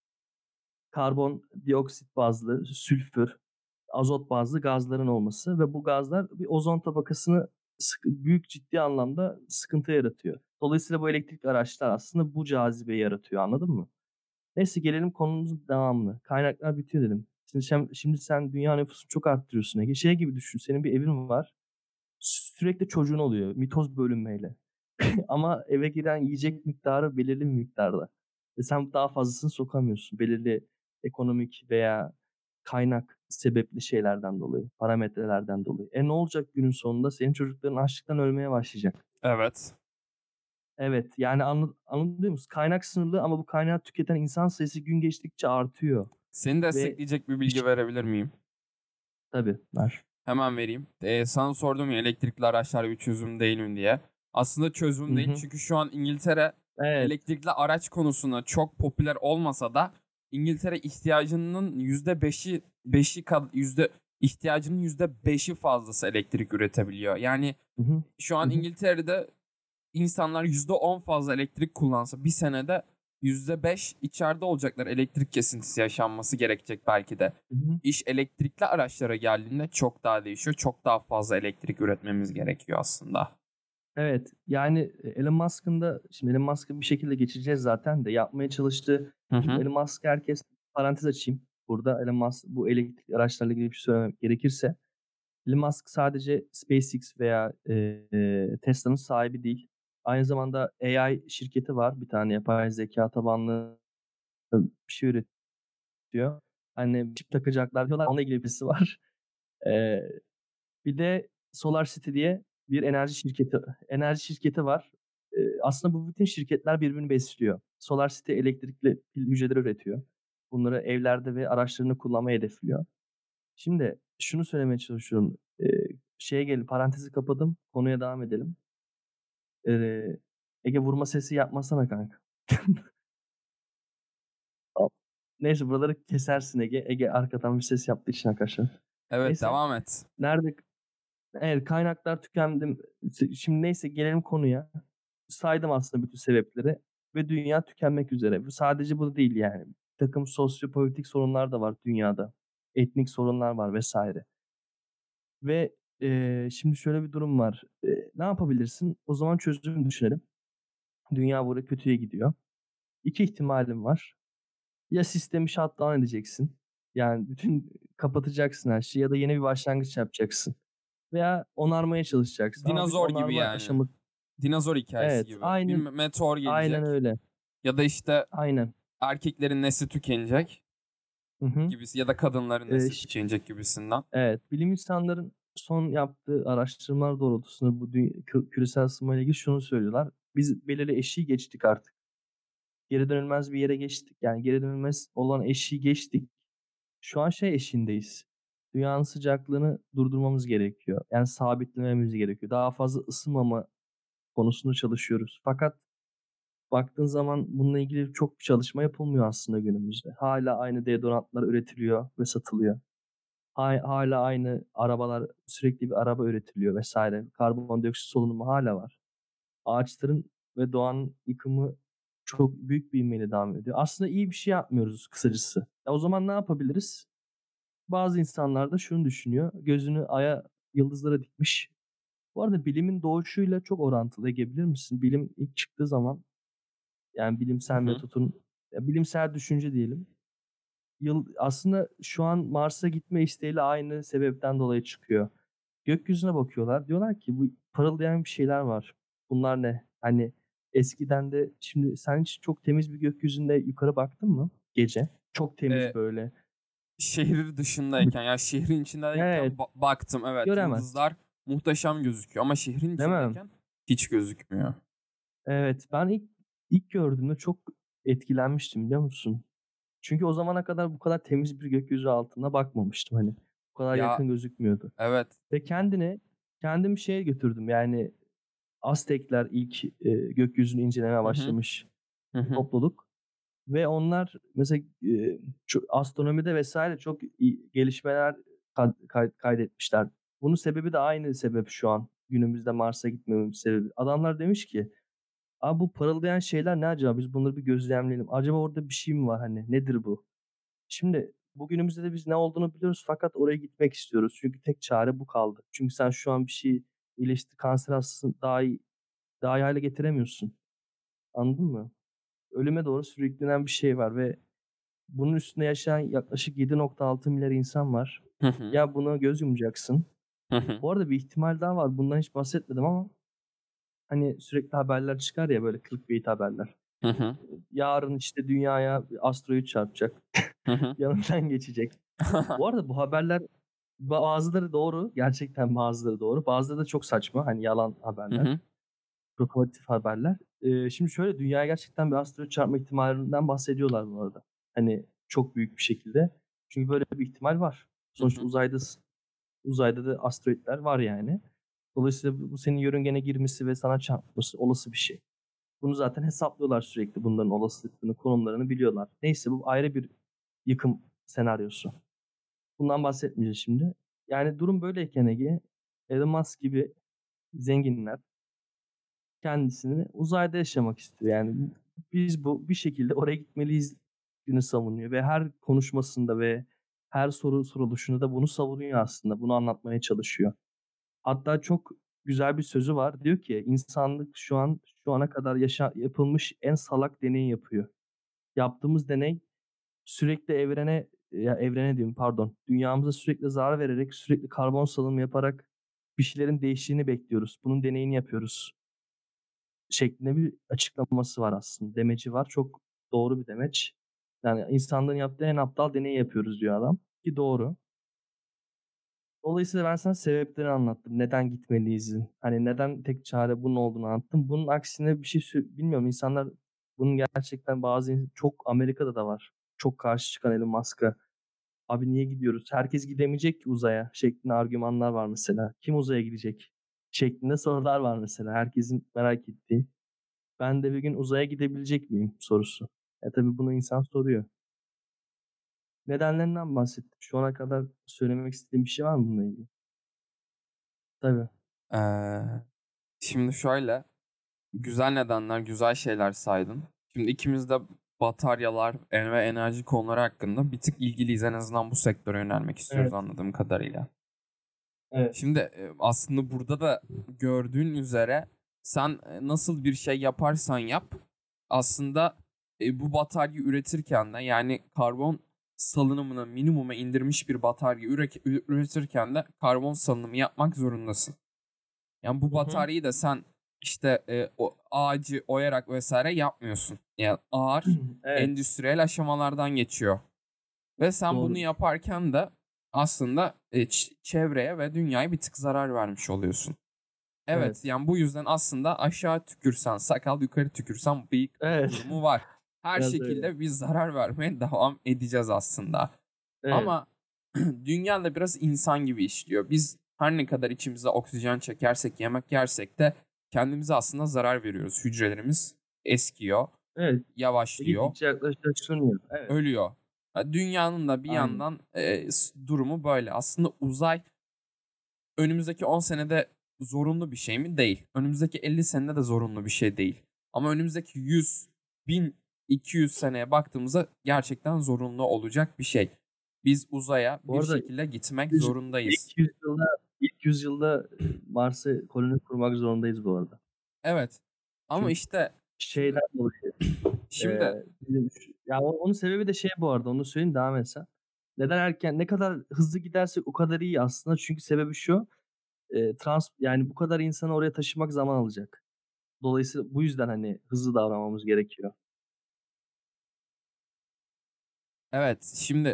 Karbon dioksit bazlı, sülfür, azot bazlı gazların olması ve bu gazlar bir ozon tabakasını büyük ciddi anlamda sıkıntı yaratıyor. Dolayısıyla bu elektrik araçlar aslında bu cazibeyi yaratıyor, anladın mı? Neyse gelelim konumuzun devamına. Kaynaklar bitiyor dedim. Şimdi sen dünya nüfusunu çok arttırıyorsun Ege. Şey gibi düşün. Senin bir evin var. Sürekli çocuğun oluyor. Mitoz bölünmeyle. Ama eve giren yiyecek miktarı belirli bir miktarda. Ve sen daha fazlasını sokamıyorsun. Belirli ekonomik veya kaynak sebepli şeylerden dolayı. Parametrelerden dolayı. Ne olacak günün sonunda? Senin çocukların açlıktan ölmeye başlayacak. Evet. Evet, yani anlıyor musun? Kaynak sınırlı ama bu kaynağı tüketen insan sayısı gün geçtikçe artıyor. Seni Ve destekleyecek bir bilgi verebilir miyim? tabii ver. Hemen vereyim. Sana sordum ya, elektrikli araçlar bir çözüm değil mi diye. Aslında çözüm Hı değil. hı. Çünkü şu an İngiltere Evet. elektrikli araç konusunda çok popüler olmasa da İngiltere ihtiyacının ihtiyacının %5'i fazlası elektrik üretebiliyor. Yani Hı hı. şu an Hı hı. İngiltere'de insanlar %10 fazla elektrik kullansa bir senede %5 içeride olacaklar. Elektrik kesintisi yaşanması gerekecek belki de. Hı hı. İş elektrikli araçlara geldiğinde çok daha değişiyor. Çok daha fazla elektrik üretmemiz gerekiyor aslında. Evet. Yani Elon Musk'ın da şimdi Elon Musk'ı bir şekilde geçeceğiz zaten de yapmaya çalıştığı. Hı Şimdi hı. Elon Musk herkes parantez açayım. Burada Elon Musk bu elektrikli araçlarla ilgili bir şey söylemek gerekirse Elon Musk sadece SpaceX veya Tesla'nın sahibi değil. Aynı zamanda AI şirketi var. Bir tane yapay zeka tabanlı bir şey üretiyor. Hani çip takacaklar diyorlar. Onunla ilgili birisi var. Ee, Bir de SolarCity diye bir enerji şirketi var. Aslında bu bütün şirketler birbirini besliyor. SolarCity elektrikli pil hücreleri üretiyor. Bunları evlerde ve araçlarını kullanmayı hedefliyor. Şimdi şunu söylemeye çalışıyorum. Şeye gelin, parantezi kapadım. Konuya devam edelim. Ege vurma sesi yapmasana kanka. Neyse buraları kesersin Ege. Ege arkadan bir ses yaptığı için arkadaşlar. Evet, Neyse. devam et. Nerede? Evet, kaynaklar tükendi. Şimdi neyse gelelim konuya. Saydım aslında bütün sebepleri ve dünya tükenmek üzere. Sadece bu değil yani. Bir takım sosyopolitik sorunlar da var dünyada. Etnik sorunlar var vesaire. Ve şimdi şöyle bir durum var. Ne yapabilirsin? O zaman çözümü düşünelim. Dünya burada kötüye gidiyor. İki ihtimalim var. Ya sistemi shutdown edeceksin. Yani bütün kapatacaksın her şeyi ya da yeni bir başlangıç yapacaksın. Veya onarmaya çalışacaksın. Ama biz Dinozor gibi onarma yani. aşaması... Dinozor hikayesi Evet, gibi. Bir aynen meteor aynen gelecek. öyle. Ya da işte Aynen. erkeklerin nesli tükenecek Hı hı. gibisi ya da kadınların Ee, nesli ş- tükenecek gibisinden. evet, bilim insanların son yaptığı araştırmalar doğrultusunda bu küresel ısınmayla ilgili şunu söylüyorlar. Biz belirli eşiği geçtik artık. Geri dönülmez bir yere geçtik. Yani geri dönülmez olan eşiği geçtik. Şu an eşiğindeyiz. Dünyanın sıcaklığını durdurmamız gerekiyor. Yani sabitlememiz gerekiyor. Daha fazla ısınmama konusunda çalışıyoruz. Fakat baktığın zaman bununla ilgili çok bir çalışma yapılmıyor aslında günümüzde. Hala aynı deodorantlar üretiliyor ve satılıyor. Hala aynı arabalar, sürekli bir araba üretiliyor vesaire. Karbondioksit solunumu hala var. Ağaçların ve doğanın yıkımı çok büyük bir ivmeyle devam ediyor. Aslında iyi bir şey yapmıyoruz kısacası. O zaman ne yapabiliriz? Bazı insanlar da şunu düşünüyor. Gözünü aya, yıldızlara dikmiş. Bu arada bilimin doğuşuyla çok orantılı. Ege, bilir misin? Bilim ilk çıktığı zaman, yani Hı bilimsel hı. metotun, bilimsel düşünce diyelim. Aslında şu an Mars'a gitme isteğiyle aynı sebepten dolayı çıkıyor. Gökyüzüne bakıyorlar. Diyorlar ki bu parıldayan bir şeyler var. Bunlar ne? Hani eskiden de, şimdi sen hiç çok temiz bir gökyüzünde yukarı baktın mı? Gece. Çok temiz Ee, böyle. Şehir dışındayken yani şehrin içindeyken Evet, baktım, evet, göremez. yıldızlar muhteşem gözüküyor ama şehrin Değil mi? içindeyken hiç gözükmüyor. Evet, ben ilk gördüğümde çok etkilenmiştim, biliyor musun? Çünkü o zamana kadar bu kadar temiz bir gökyüzü altına bakmamıştım hani. Bu kadar Ya yakın gözükmüyordu. evet. Ve kendimi götürdüm. Yani Aztekler ilk gökyüzünü incelemeye Hı hı. başlamış Hı bir hı. topluluk ve onlar mesela astronomide vesaire çok iyi gelişmeler kaydetmişler. Bunun sebebi de aynı sebep şu an günümüzde Mars'a gitmememin sebebi. Adamlar demiş ki, abi bu parıldayan şeyler ne acaba? Biz bunları bir gözlemleyelim. Acaba orada bir şey mi var hani? Nedir bu? Şimdi bugünümüzde de biz ne olduğunu biliyoruz fakat oraya gitmek istiyoruz. Çünkü tek çare bu kaldı. Çünkü sen şu an bir şey iyileşti, kanser hastasın, daha iyi hale getiremiyorsun. Anladın mı? Ölüme doğru sürüklenen bir şey var ve bunun üstünde yaşayan yaklaşık 7,6 milyar insan var. Hı hı. Ya buna göz yumacaksın. Hı hı. Bu arada bir ihtimal daha var. Bundan hiç bahsetmedim ama hani sürekli haberler çıkar ya, böyle clickbait haberler. Hı hı. Yarın işte dünyaya bir asteroid çarpacak. Hı hı. Yanından geçecek. Bu arada bu haberler bazıları doğru. Gerçekten bazıları doğru. Bazıları da çok saçma. Hani yalan Hı haberler. hı. Provokatif haberler. Şimdi şöyle, dünyaya gerçekten bir asteroid çarpma ihtimalinden bahsediyorlar bu arada. Hani çok büyük bir şekilde. Çünkü böyle bir ihtimal var. Hı Sonuçta hı. uzayda da asteroidler var yani. Dolayısıyla bu senin yörüngene girmesi ve sana çarpması olası bir şey. Bunu zaten hesaplıyorlar sürekli, bunların olasılıklarını, konumlarını biliyorlar. Neyse, bu ayrı bir yıkım senaryosu. Bundan bahsetmeyeceğiz şimdi. Yani durum böyleyken Ege, Elon Musk gibi zenginler kendisini uzayda yaşamak istiyor. Yani biz bir şekilde oraya gitmeliyiz günü savunuyor ve her konuşmasında ve her soru soruluşunda da bunu savunuyor aslında. Bunu anlatmaya çalışıyor. Hatta çok güzel bir sözü var. Diyor ki insanlık şu ana kadar yapılmış en salak deneyi yapıyor. Yaptığımız deney sürekli evrene diyorum, pardon. Dünyamıza sürekli zarar vererek, sürekli karbon salınımı yaparak bir şeylerin değiştiğini bekliyoruz. Bunun deneyini yapıyoruz şeklinde bir açıklaması var aslında. Demeci var. Çok doğru bir demeç. Yani insanlığın yaptığı en aptal deneyi yapıyoruz diyor adam. Ki doğru. Dolayısıyla ben sana sebeplerini anlattım. Neden gitmeliyiz? Hani neden tek çare bunun olduğunu anlattım. Bunun aksine bir şey bilmiyorum. İnsanlar bunun gerçekten çok Amerika'da da var. Çok karşı çıkan Elon Musk'a. Abi niye gidiyoruz? Herkes gidemeyecek ki uzaya şeklinde argümanlar var mesela. Kim uzaya gidecek? Şeklinde sorular var mesela. Herkesin merak ettiği. Ben de bir gün uzaya gidebilecek miyim sorusu. Tabii bunu insan soruyor. Nedenlerinden bahsettim. Şu ana kadar söylemek istediğim bir şey var mı bununla ilgili? Tabii. Ee, Şimdi şöyle, güzel nedenler, güzel şeyler saydın. Şimdi ikimiz de bataryalar ve enerji konuları hakkında bir tık ilgiliyiz. En azından bu sektöre yönelmek istiyoruz Evet. anladığım kadarıyla. Evet. Şimdi aslında burada da gördüğün üzere sen nasıl bir şey yaparsan yap aslında bu bataryayı üretirken de, yani karbon salınımını minimuma indirmiş bir batarya üretirken de karbon salınımı yapmak zorundasın. Yani bu Hı hı. bataryayı da sen işte o ağacı oyarak vesaire yapmıyorsun. Yani ağır Evet, endüstriyel aşamalardan geçiyor. Ve sen bunu doğru. yaparken de aslında çevreye ve dünyaya bir tık zarar vermiş oluyorsun. Evet, Evet. yani bu yüzden aslında aşağı tükürsen sakal, yukarı tükürsen bıyık Evet. durumu var. Her Biraz öyle. şekilde biz zarar vermeye devam edeceğiz aslında. Evet. Ama dünya da biraz insan gibi işliyor. Biz her ne kadar içimize oksijen çekersek, yemek yersek de kendimize aslında zarar veriyoruz. Hücrelerimiz eskiyor, Evet. yavaşlıyor, Gittikçe yaklaşıyor. Evet. ölüyor. Dünyanın da bir Aynen. yandan durumu böyle. Aslında uzay önümüzdeki 10 senede zorunlu bir şey mi? Değil. Önümüzdeki 50 senede de zorunlu bir şey değil. Ama önümüzdeki 100, 1000, 200 seneye baktığımızda gerçekten zorunlu olacak bir şey. Biz uzaya Bu bir arada şekilde gitmek yüz- zorundayız. ilk yüzyılda Mars'a koloni kurmak zorundayız bu arada. Evet. Ama Çünkü işte şeyden dolayı şimdi ya onun sebebi de şey bu arada onu söyleyeyim devam etsen. Neden erken ne kadar hızlı gidersek o kadar iyi aslında. Çünkü sebebi şu yani bu kadar insanı oraya taşımak zaman alacak. Dolayısıyla bu yüzden hani hızlı davranmamız gerekiyor. evet şimdi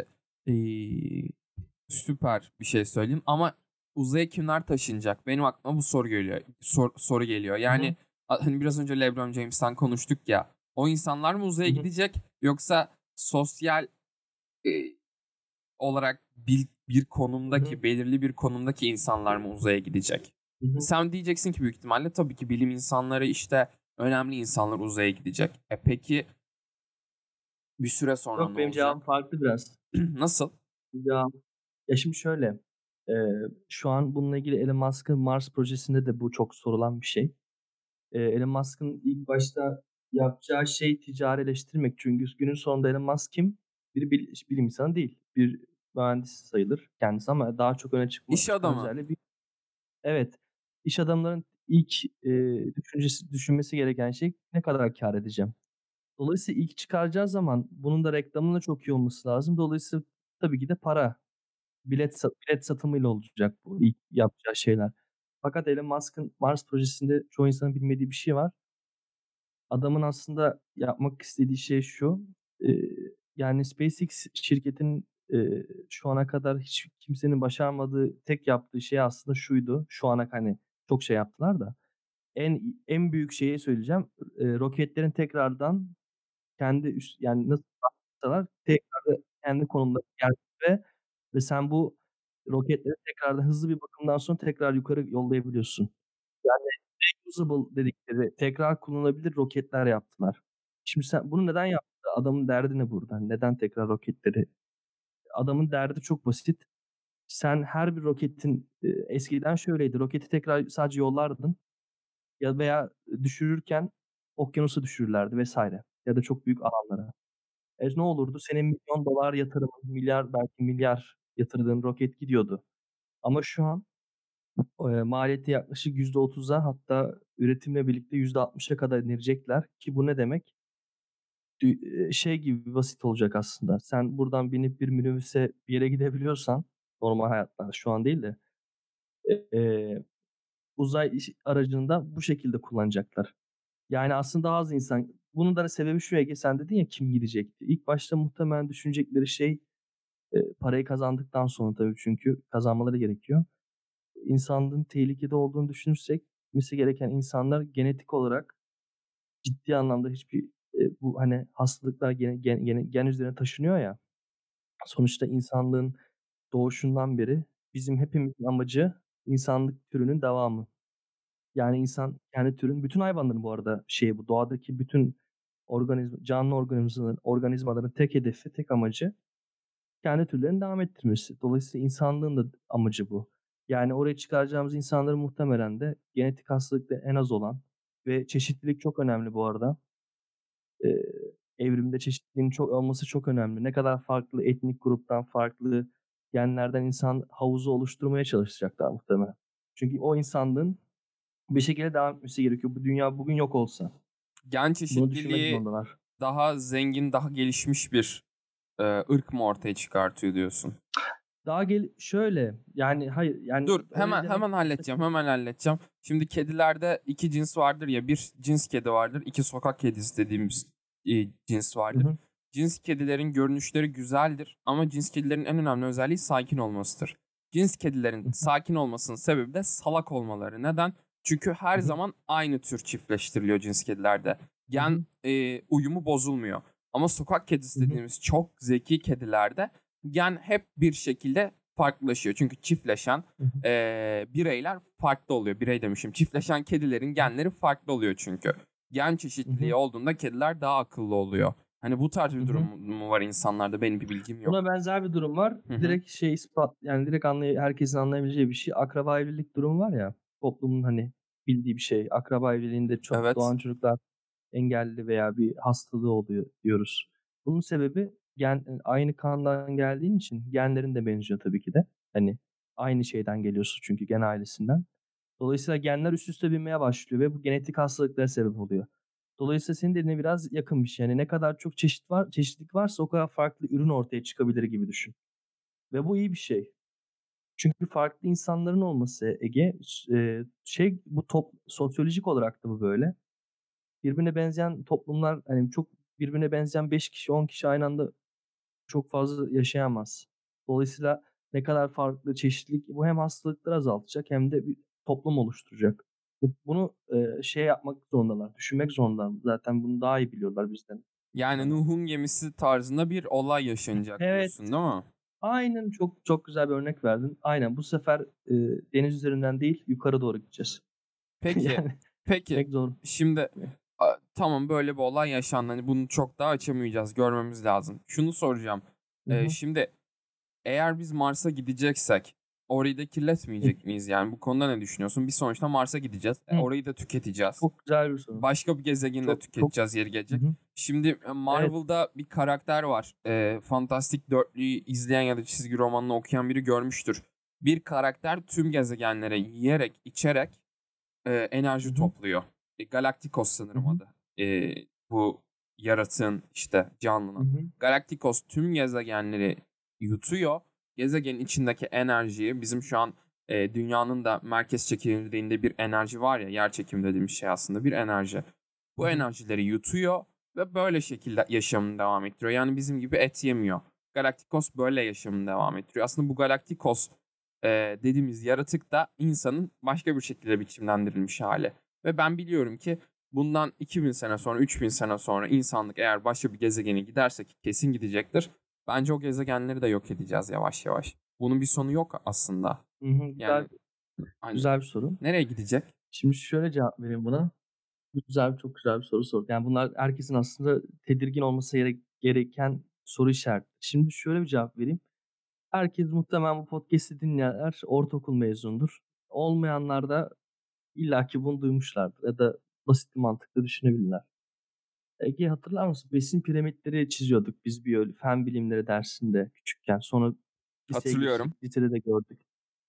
süper bir şey söyleyeyim ama uzaya kimler taşınacak? Benim aklıma bu soru geliyor. Soru geliyor. Hı hı. Yani hani biraz önce LeBron James'ten konuştuk ya. O insanlar mı uzaya Hı hı. gidecek yoksa sosyal e, olarak bir Hı hı. konumdaki, belirli bir konumdaki insanlar mı uzaya gidecek? Hı hı. Sen diyeceksin ki büyük ihtimalle tabii ki bilim insanları işte önemli insanlar uzaya gidecek. Peki bir süre sonra Yok ne benim cevabım olacak? farklı biraz. Nasıl? Ya şimdi şöyle, şu an bununla ilgili Elon Musk'ın Mars projesinde de bu çok sorulan bir şey. Elon Musk'ın ilk başta yapacağı şey ticarileştirmek. Çünkü günün sonunda Elon Musk kim? Bir bilim insanı değil. Bir mühendis sayılır kendisi ama daha çok öne İş çıkan adamı. özelliği bir evet. İş adamların ilk düşünmesi gereken şey ne kadar kâr edeceğim? Dolayısıyla ilk çıkaracağı zaman bunun da reklamının da çok iyi olması lazım. Dolayısıyla tabii ki de para. Bilet satımıyla olacak bu ilk yapacağı şeyler. Fakat Elon Musk'ın Mars projesinde çoğu insanın bilmediği bir şey var. Adamın aslında yapmak istediği şey şu, eee, yani SpaceX şirketinin, şu ana kadar hiç kimsenin başaramadığı tek yaptığı şey aslında şuydu. Şu ana hani çok şey yaptılar da en büyük şeyi söyleyeceğim. Roketlerin tekrardan yani nasıl atsalar tekrar kendi konumlarına gelmesi ve sen bu roketleri tekrardan hızlı bir bakımdan sonra tekrar yukarı yollayabiliyorsun. Yani reusable dedikleri tekrar kullanılabilir roketler yaptılar. Şimdi sen bunu neden yaptı? Adamın derdi ne burada? Neden tekrar roketleri? Adamın derdi çok basit. Sen her bir roketin eskiden şöyleydi. Roketi tekrar sadece yollardın ya veya düşürürken okyanusa düşürürlerdi vesaire ya da çok büyük alanlara. Ne olurdu? Senin milyon dolar yatırımın, milyar belki milyar yatırdığın roket gidiyordu. Ama şu an maliyeti yaklaşık %30'a hatta üretimle birlikte %60'a kadar indirecekler ki bu ne demek? Şey gibi basit olacak aslında. Sen buradan binip bir minibüse bir yere gidebiliyorsan normal hayatta şu an değil de eee, uzay aracını da bu şekilde kullanacaklar. Yani aslında daha az insan bunun da sebebi şu Ege sen dedin ya kim gidecekti? İlk başta muhtemelen düşünecekleri şey parayı kazandıktan sonra tabii çünkü kazanmaları gerekiyor. İnsanlığın tehlikede olduğunu düşünürsek gitmesi gereken insanlar genetik olarak ciddi anlamda hiçbir bu hani hastalıklar gen üzerine taşınıyor ya. Sonuçta insanlığın doğuşundan beri bizim hepimizin amacı insanlık türünün devamı. Yani insan kendi türün bütün hayvanların bu arada şeyi bu doğadaki bütün canlı organizmaların tek hedefi, tek amacı kendi türlerini devam ettirmesi. Dolayısıyla insanlığın da amacı bu. Yani oraya çıkaracağımız insanların muhtemelen de genetik hastalıkta en az olan ve çeşitlilik çok önemli bu arada. Eee, evrimde çeşitliliğin çok olması çok önemli. Ne kadar farklı etnik gruptan, farklı genlerden insan havuzu oluşturmaya çalışacaklar muhtemelen. Çünkü o insanlığın bir şekilde devam etmesi gerekiyor. Bu dünya bugün yok olsa. Gen Bunu düşünmek çeşitliliği zorundalar. daha zengin, daha gelişmiş bir ırk mı ortaya çıkartıyor diyorsun? Şöyle yani hayır yani Dur öyle demek hemen halledeceğim. Şimdi kedilerde iki cins vardır ya. Bir cins kedi vardır. İki sokak kedisi dediğimiz cins Hı vardır. hı. Cins kedilerin görünüşleri güzeldir ama cins kedilerin en önemli özelliği sakin olmasıdır. Cins kedilerin Hı sakin olmasının sebebi de salak olmaları. Neden? Çünkü her hı. zaman aynı tür çiftleştiriliyor cins kedilerde. Hı Gen hı. uyumu bozulmuyor. Ama sokak kedisi Hı hı. dediğimiz çok zeki kedilerde gen hep bir şekilde farklılaşıyor. Çünkü çiftleşen Hı hı. bireyler farklı oluyor. Birey demişim. Çiftleşen kedilerin genleri farklı oluyor çünkü. Gen Hı çeşitliliği hı. olduğunda kediler daha akıllı oluyor. Hani bu tarz Hı bir durum hı. mu var insanlarda? Benim bir bilgim yok. Buna benzer bir durum var. Hı hı. Direkt ispat yani direkt herkesin anlayabileceği bir şey. Akraba evlilik durumu var ya. Toplumun hani bildiği bir şey. Akraba evliliğinde çok Evet. doğan çocuklar engelli veya bir hastalığı oluyor diyoruz. Bunun sebebi aynı kandan geldiğin için genlerin de benziyor tabii ki de. Hani aynı şeyden geliyorsun çünkü gen ailesinden. Dolayısıyla genler üst üste binmeye başlıyor ve bu genetik hastalıklara sebep oluyor. Dolayısıyla senin dediğine biraz yakın bir şey. Yani ne kadar çok çeşitlilik varsa o kadar farklı ürün ortaya çıkabilir gibi düşün. Ve bu iyi bir şey. Çünkü farklı insanların olması Ege, bu sosyolojik olarak da bu böyle. Birbirine benzeyen toplumlar hani çok birbirine benzeyen 5 kişi 10 kişi aynı anda çok fazla yaşayamaz. Dolayısıyla ne kadar farklı çeşitlilik bu hem hastalıkları azaltacak hem de bir toplum oluşturacak. Bunu yapmak zorundalar, düşünmek zorundalar. Zaten bunu daha iyi biliyorlar bizden. Yani İnsanlar. Nuh'un gemisi tarzında bir olay yaşanacak Evet, diyorsun değil mi? aynen çok çok güzel bir örnek verdin. Aynen bu sefer deniz üzerinden değil yukarı doğru gideceğiz. Peki, Yani peki. gitmek zor. Şimdi tamam böyle bir olay yaşandı. Hani bunu çok daha açamayacağız. Görmemiz lazım. Şunu soracağım. Hı hı. Şimdi eğer biz Mars'a gideceksek orayı da Hı kirletmeyecek miyiz? Yani bu konuda ne düşünüyorsun? Bir sonuçta Mars'a gideceğiz. hı. Orayı da tüketeceğiz. Çok güzel bir soru. Başka bir gezegeni de Çok çok. tüketeceğiz yeri Hı gelecek. hı. Şimdi Evet. Marvel'da bir karakter var. Fantastic Dörtlü'yü izleyen ya da çizgi romanını okuyan biri görmüştür. Bir karakter tüm gezegenlere yiyerek, içerek Hı enerji hı. topluyor. Galacticos Hı sanırım hı. adı. Bu yaratığın işte Hı canlının. hı. Galacticos tüm gezegenleri yutuyor. Gezegenin içindeki enerjiyi bizim şu an dünyanın da merkez çekirdeğinde bir enerji var ya, yer çekimi dediğimiz şey aslında bir enerji. Hı Bu hı. enerjileri yutuyor ve böyle şekilde yaşamını devam ettiriyor. Yani bizim gibi et yemiyor. Galacticos böyle yaşamını devam ettiriyor. Aslında bu Galacticos dediğimiz yaratık da insanın başka bir şekilde biçimlendirilmiş hali. Ve ben biliyorum ki bundan 2000 sene sonra, 3000 sene sonra insanlık eğer başka bir gezegene giderse ki kesin gidecektir. Bence o gezegenleri de yok edeceğiz yavaş yavaş. Bunun bir sonu yok aslında. Hı hı. Yani hani Güzel bir soru. nereye gidecek? Şimdi şöyle cevap vereyim buna. Çok güzel bir soru sordun. Yani bunlar herkesin aslında tedirgin olması gereken soru işareti. Şimdi şöyle bir cevap vereyim. Herkes muhtemelen bu podcast'i dinleyenler ortaokul mezunudur. Olmayanlar da illaki bunu duymuşlardır ya da basit bir mantıkla düşünebilirler. Ege hatırlar mısın? Besin piramitleri çiziyorduk biz fen bilimleri dersinde küçükken. Sonra liseye Hatırlıyorum. geçtik, lisede de gördük.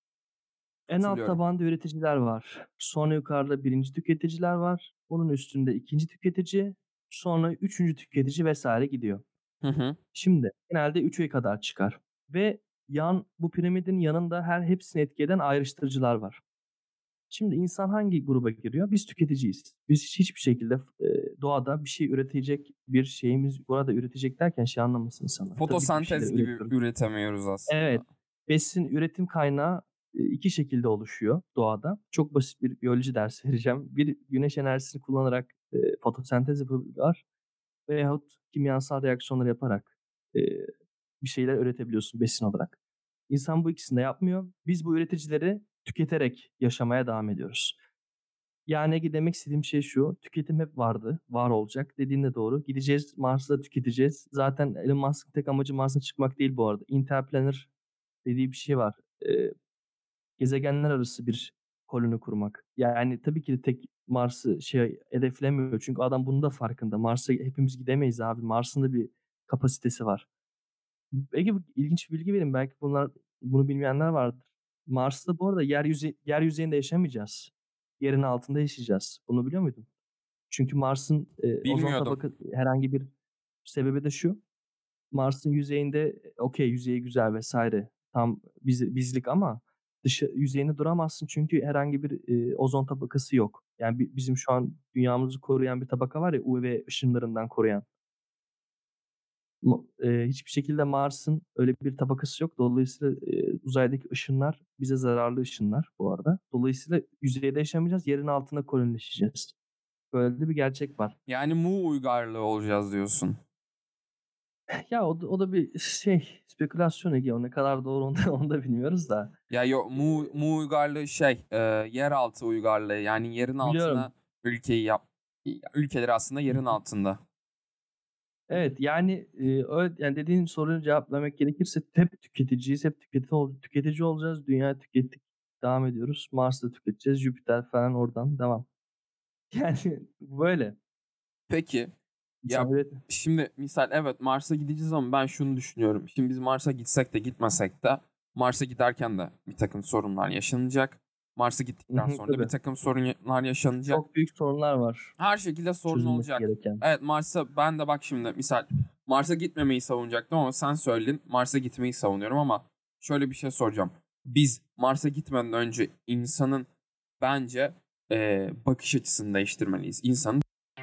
En alt Hatırlıyorum. tabanda üreticiler var. Sonra yukarıda birinci tüketiciler var. Onun üstünde ikinci tüketici. Sonra üçüncü tüketici vesaire gidiyor. Hı hı. Şimdi genelde 3'e kadar çıkar. Ve bu piramidin yanında hepsini etki eden ayrıştırıcılar var. Şimdi insan hangi gruba giriyor? Biz tüketiciyiz. Biz hiçbir şekilde doğada bir şey üretecek bir şeyimiz, burada üretecek derken anlamasın insanlar. Tabii ki bir şeyler Fotosentez gibi üretiyoruz. üretemiyoruz Evet. aslında. Besin üretim kaynağı iki şekilde oluşuyor doğada. Çok basit bir biyoloji dersi vereceğim. Bir güneş enerjisini kullanarak fotosentez yapabiliyorlar veyahut kimyasal reaksiyonlar yaparak e, bir şeyler üretebiliyorsun besin olarak. İnsan bu ikisini de yapmıyor. Biz bu üreticileri tüketerek yaşamaya devam ediyoruz. Yani demek istediğim şey şu. Tüketim hep vardı. Var olacak. Dediğin de doğru. Gideceğiz Mars'ta tüketeceğiz. Zaten Elon Musk'ın tek amacı Mars'a çıkmak değil bu arada. Interplanar dediği bir şey var. Gezegenler arası bir koloni kurmak. Yani tabii ki de tek Mars'ı hedeflemiyor. Çünkü adam bunun da farkında. Mars'a hepimiz gidemeyiz abi. Mars'ın da bir kapasitesi var. Peki ilginç bir bilgi vereyim. Belki bunu bilmeyenler vardır. Mars'ta bu arada yer yüzeyinde yaşamayacağız. Yerin altında yaşayacağız. Bunu biliyor muydun? Çünkü Mars'ın ozon Bilmiyordum. tabakası herhangi bir sebebi de şu. Mars'ın yüzeyinde okey yüzeyi güzel vesaire. tam bizlik ama yüzeyinde duramazsın çünkü herhangi bir ozon tabakası yok. Yani bizim şu an dünyamızı koruyan bir tabaka var ya, UV ışınlarından koruyan. Hiçbir şekilde Mars'ın öyle bir tabakası yok. Dolayısıyla uzaydaki ışınlar bize zararlı ışınlar bu arada. Dolayısıyla yüzeyde yaşamayacağız, yerin altında kolonileşeceğiz. Böyle de bir gerçek var. Yani Mu uygarlığı olacağız diyorsun. Ya o da bir spekülasyon Ege. O ne kadar doğru onu da bilmiyoruz da. Ya yok, Mu uygarlığı yeraltı uygarlığı, yani yerin Biliyorum. altına ülkeleri aslında yerin altında. Evet yani yani dediğin soruya cevap vermek gerekirse hep tüketiciyiz. Hep tüketici olacağız. Dünya tükettik. Devam ediyoruz. Mars'ta tüketeceğiz. Jüpiter falan, oradan devam. Yani böyle. Peki ya Üret- şimdi misal evet Mars'a gideceğiz ama ben şunu düşünüyorum. Şimdi biz Mars'a gitsek de gitmesek de Mars'a giderken de bir takım sorunlar yaşanacak. Mars'a gittikten sonra da bir Tabii. takım sorunlar yaşanacak. Çok büyük sorunlar var. Her şekilde sorun Çözülmesi olacak. gereken. Evet, Mars'a ben de bak şimdi misal Mars'a gitmemeyi savunacaktım ama sen söyledin, Mars'a gitmeyi savunuyorum ama şöyle bir şey soracağım. Biz Mars'a gitmeden önce insanın bence bakış açısını değiştirmeliyiz. İnsanın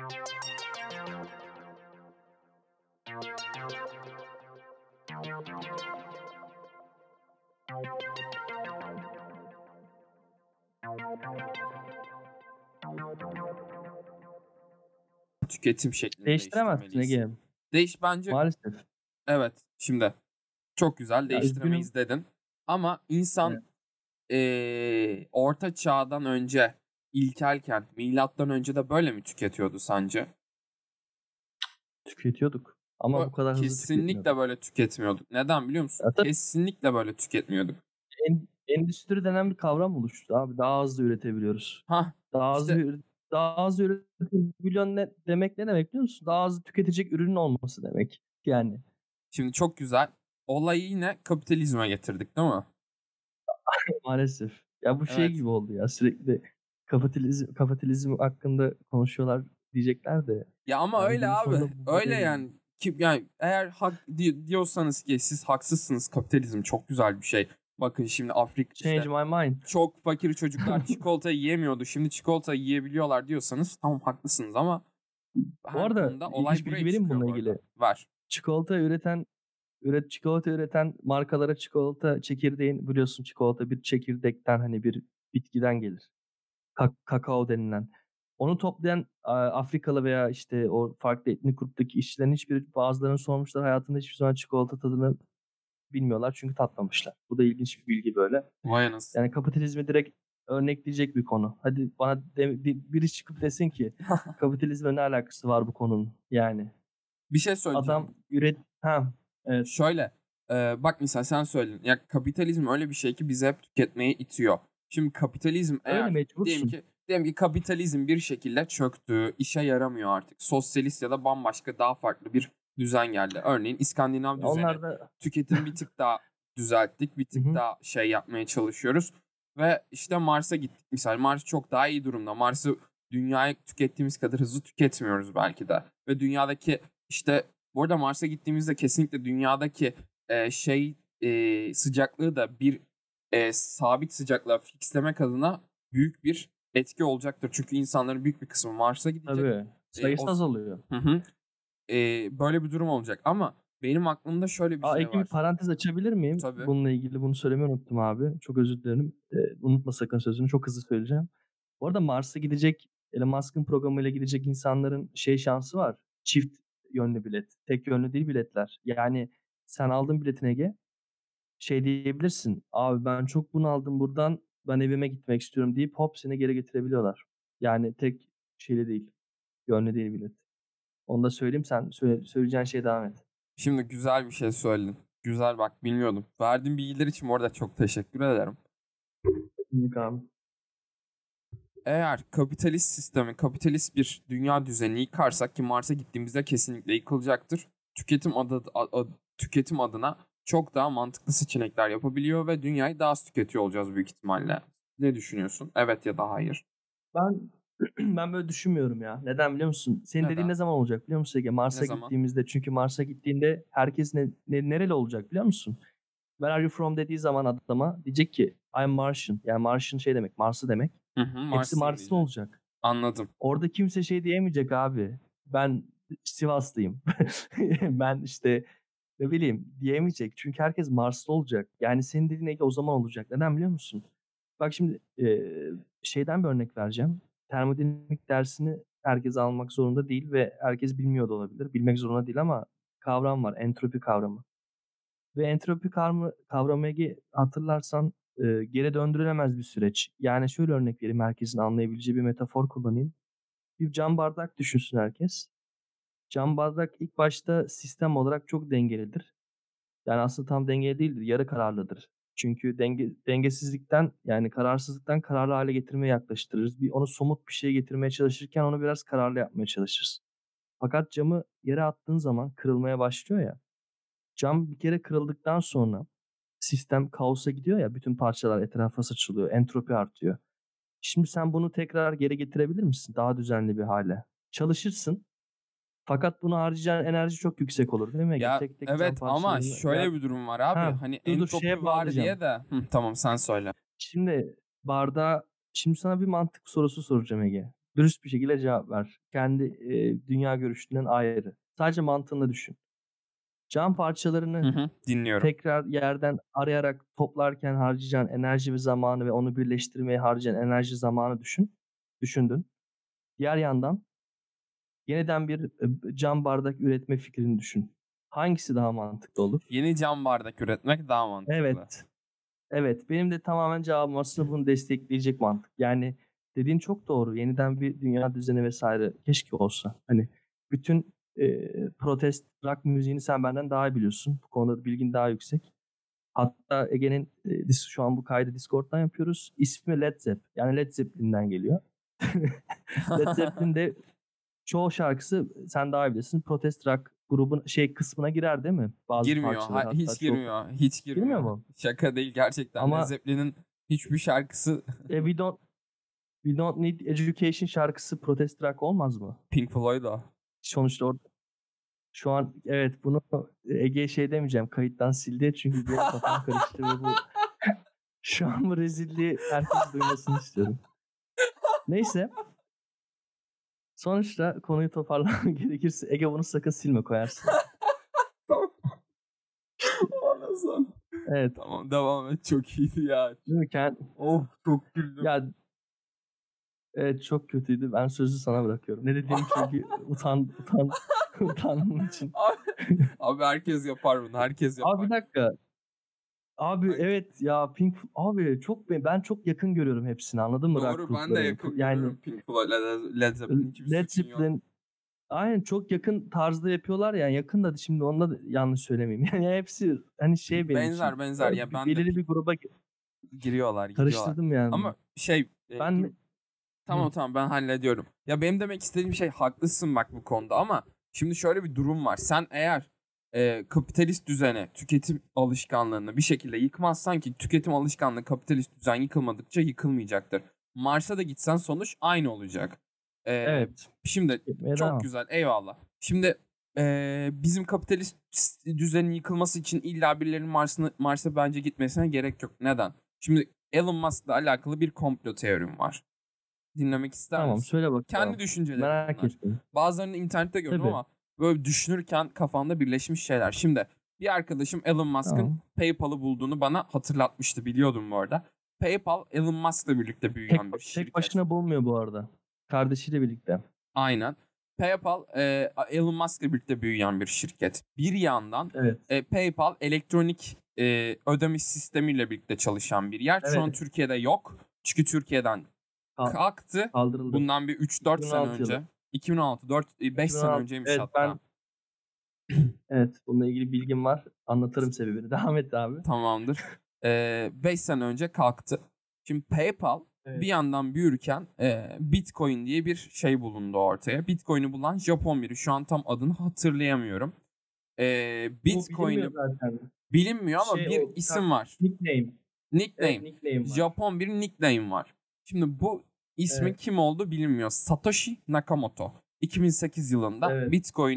tüketim şeklini Değiştiremezsin değiştirmeliyiz. Ege. Bence Maalesef. evet, şimdi çok güzel Ya değiştiremeyiz üzgünüm. dedin. Ama Evet. insan orta çağdan önce ilkelken, milattan önce de böyle mi tüketiyordu sence? Tüketiyorduk. Ama bu kadar hızlı Kesinlikle tüketmiyorduk. böyle tüketmiyorduk. Neden biliyor musun? Ya tabii Kesinlikle böyle tüketmiyorduk. endüstri denen bir kavram oluştu abi. Daha hızlı üretebiliyoruz. Ha Daha hızlı işte daha hızlı üretebiliyor ne demek biliyor musun? Daha hızlı tüketecek ürünün olması demek. Yani şimdi çok güzel. Olayı yine kapitalizme getirdik değil mi? maalesef. Ya bu şey Evet. gibi oldu ya, sürekli kapitalizm hakkında konuşuyorlar diyecekler de. Ya ama Yani öyle günün abi. sonunda bu Öyle böyle geliyor. yani. Yani eğer diyorsanız ki siz haksızsınız, kapitalizm çok güzel bir şey. Bakın şimdi Afrika Change my mind. çok fakir çocuklar çikolata yiyemiyordu. Şimdi çikolata yiyebiliyorlar diyorsanız tamam, haklısınız ama Bu her arada konuda olay ilginç bilgi buraya vereyim mi çıkıyor bununla bu arada. ilgili? Var. Çikolata üreten markalara çikolata çekirdeğin, biliyorsun çikolata bir çekirdekten, hani bir bitkiden gelir. Kakao denilen. Onu toplayan Afrikalı veya işte o farklı etnik gruptaki işçilerin bazılarını sormuşlar, hayatında hiçbir zaman çikolata tadını bilmiyorlar çünkü tatmamışlar. Bu da ilginç bir bilgi böyle. Vay anasını. Yani kapitalizmi direkt örnekleyecek bir konu. Hadi bana biri çıkıp desin ki kapitalizmle ne alakası var bu konunun yani. Bir şey söyleyeceğim. Adam evet. Şöyle bak misal sen söyledin. Ya kapitalizm öyle bir şey ki bizi hep tüketmeye itiyor. Şimdi kapitalizm Öyle eğer mecbursun. diyelim ki kapitalizm bir şekilde çöktü, işe yaramıyor artık. Sosyalist ya da bambaşka daha farklı bir düzen geldi. Örneğin İskandinav düzeni. Onlar da Tüketim bir tık daha düzelttik, bir tık Hı hı. daha şey yapmaya çalışıyoruz. Ve işte Mars'a gittik. Misal Mars çok daha iyi durumda. Mars'ı dünyaya tükettiğimiz kadar hızlı tüketmiyoruz belki de. Ve dünyadaki işte bu arada Mars'a gittiğimizde kesinlikle dünyadaki sıcaklığı da bir sabit sıcaklığa fixlemek adına büyük bir etki olacaktır. Çünkü insanların büyük bir kısmı Mars'a gidecek. tabii sayısı O- azalıyor. Hı hı. Böyle bir durum olacak ama benim aklımda şöyle bir şey Ege, bir var. parantez açabilir miyim? Tabii. Bununla ilgili bunu söylemeyi unuttum abi. Çok özür dilerim. Unutma sakın sözünü. Çok hızlı söyleyeceğim. Bu arada Mars'a gidecek, Elon Musk'ın programıyla gidecek insanların şansı var. Çift yönlü bilet. Tek yönlü değil biletler. Yani sen aldın biletine Ege. Diyebilirsin. Abi ben çok bunaldım buradan. Ben evime gitmek istiyorum deyip hop seni geri getirebiliyorlar. Yani tek değil. Yönlü değil bilet. Onu da söyleyeyim, sen söyleyeceğin şeye devam et. Şimdi güzel bir şey söyledin. Güzel, bak bilmiyordum. Verdiğin bilgiler için orada çok teşekkür ederim. Kesinlikle abi. Eğer kapitalist sistemi, kapitalist bir dünya düzeni yıkarsak ki Mars'a gittiğimizde kesinlikle yıkılacaktır. Tüketim adına çok daha mantıklı seçenekler yapabiliyor ve dünyayı daha az tüketiyor olacağız büyük ihtimalle. Ne düşünüyorsun? Evet ya da hayır. Ben ben böyle düşünmüyorum ya. Neden biliyor musun? Senin dediğin Neden? ne zaman olacak biliyor musun Ege? Mars'a Ne zaman? gittiğimizde. Çünkü Mars'a gittiğinde herkes nereli olacak biliyor musun? Where are you from dediği zaman adama diyecek ki I'm Martian. Yani Martian şey demek, Marslı demek. Hepsi Mars'ın Marslı diyecek. olacak. Anladım. Orada kimse şey diyemeyecek abi. Ben Sivaslıyım. Ben işte ne bileyim diyemeyecek. Çünkü herkes Marslı olacak. Yani senin dediğin Ege o zaman olacak. Neden biliyor musun? Bak şimdi şeyden bir örnek vereceğim. Termodinamik dersini herkes almak zorunda değil ve herkes bilmiyor da olabilir. Bilmek zorunda değil ama kavram var. Entropi kavramı. Ve entropi kavramı Ege hatırlarsan geri döndürülemez bir süreç. Yani şöyle örnek vereyim, herkesin anlayabileceği bir metafor kullanayım. Bir cam bardak düşünsün herkes. Cam bardak ilk başta sistem olarak çok dengelidir. Yani aslında tam dengeli değildir, yarı kararlıdır. Çünkü dengesizlikten yani kararsızlıktan kararlı hale getirmeye yaklaştırırız. Onu somut bir şeye getirmeye çalışırken onu biraz kararlı yapmaya çalışırız. Fakat camı yere attığın zaman kırılmaya başlıyor ya. Cam bir kere kırıldıktan sonra sistem kaosa gidiyor ya, bütün parçalar etrafa saçılıyor, entropi artıyor. Şimdi sen bunu tekrar geri getirebilir misin daha düzenli bir hale? Çalışırsın. Fakat bunu harcayacağın enerji çok yüksek olur değil mi? Ya Tek tek cam evet ama parçalarını şöyle bir durum var abi. Ha, Hani dur entropi şeye var diye bağlayacağım. de. Tamam sen söyle. Şimdi şimdi sana bir mantık sorusu soracağım Ege. Dürüst bir şekilde cevap ver. Kendi dünya görüşünden ayrı. Sadece mantığını düşün. Cam parçalarını Dinliyorum. tekrar yerden arayarak toplarken harcayacağın enerji ve zamanı ve onu birleştirmeye harcayan enerji zamanı düşündün. Diğer yandan yeniden bir cam bardak üretme fikrini düşün. Hangisi daha mantıklı olur? Yeni cam bardak üretmek daha mantıklı. Evet. Evet. Benim de tamamen cevabım aslında bunu destekleyecek mantık. Yani dediğin çok doğru. Yeniden bir dünya düzeni vesaire keşke olsa. Hani bütün protest rock müziğini sen benden daha iyi biliyorsun. Bu konuda bilgin daha yüksek. Hatta Ege'nin şu an bu kaydı Discord'dan yapıyoruz. İsmi Led Zepp. Yani Led Zeppelin'den geliyor. Led Zeppelin'de çoğu şarkısı sen daha iyi bilirsin. Protest rock grubun kısmına girer değil mi? Bazı Girmiyor. parçaları hatta Hiç girmiyor. Hiç girmiyor. Girmiyor mu? Şaka değil gerçekten. Ama Led Zeppelin'in hiçbir şarkısı We Don't Need Education şarkısı protest rock olmaz mı? Pink Floyd o. Sonuçta şu an evet bunu Ege'ye şey demeyeceğim. Kayıttan sildi çünkü benim kafam karıştı ve bu şu an bu rezilliği herkes duymasını istiyorum. Neyse. Sonuçta konuyu toparlamam gerekirse Ege bunu sakın silme, koyarsın. Tamam. Anlasın. Evet. Tamam devam et. Çok iyiydi ya. Değil mi? Of çok güldüm. Ya evet çok kötüydü. Ben sözü sana bırakıyorum. Ne dediğimi çünkü utandığım için. Abi herkes yapar bunu. Herkes yapar. Abi bir dakika. Abi evet ya abi ben çok yakın görüyorum hepsini, anladın mı? Doğru ben de yakın görüyorum Pink Floyd, Led Zeppelin. Led Zeppelin aynen çok yakın tarzda yapıyorlar yani, yakın da şimdi onda da yanlış söylemeyeyim. Yani hepsi hani benim benzer için, ya ben belirli de bir gruba giriyorlar. karıştırdım yani. Ama tamam ben hallediyorum. Ya benim demek istediğim şey, haklısın bak bu konuda ama şimdi şöyle bir durum var. Sen eğer kapitalist düzene, tüketim alışkanlığını bir şekilde yıkmazsan, ki tüketim alışkanlığı kapitalist düzen yıkılmadıkça yıkılmayacaktır. Mars'a da gitsen sonuç aynı olacak. Evet. Şimdi çok güzel, eyvallah. Şimdi bizim kapitalist düzenin yıkılması için illa birilerinin Mars'a bence gitmesine gerek yok. Neden? Şimdi Elon Musk'la alakalı bir komplo teorim var. Dinlemek ister misin? Tamam söyle bakalım. Kendi düşüncelerim merak ettim. Bazılarını internette gördüm ama böyle düşünürken kafamda birleşmiş şeyler. Şimdi bir arkadaşım Elon Musk'ın PayPal'ı bulduğunu bana hatırlatmıştı. Biliyordum bu arada. PayPal Elon Musk'la birlikte büyüyen bir şirket. Tek başına bulmuyor bu arada. Kardeşiyle birlikte. Aynen. PayPal Elon Musk'la birlikte büyüyen bir şirket. Bir yandan PayPal elektronik ödeme sistemiyle birlikte çalışan bir yer. Şu an Türkiye'de yok. Çünkü Türkiye'den kalktı. Kaldırıldı. Bundan bir 3-4 sene önce. 2016, 5 sene önceymiş hatta. Evet, bununla ilgili bilgim var. Anlatırım sebebini. Devam et abi. Tamamdır. 5 sene önce kalktı. Şimdi PayPal bir yandan büyürken Bitcoin diye bir şey bulundu ortaya. Bitcoin'i bulan Japon biri. Şu an tam adını hatırlayamıyorum. Bitcoin'i bilinmiyor ama bir isim var. Nickname. Evet, nickname var. Japon bir nickname var. Şimdi bu ismin kim olduğu bilinmiyor. Satoshi Nakamoto. 2008 yılında Bitcoin'i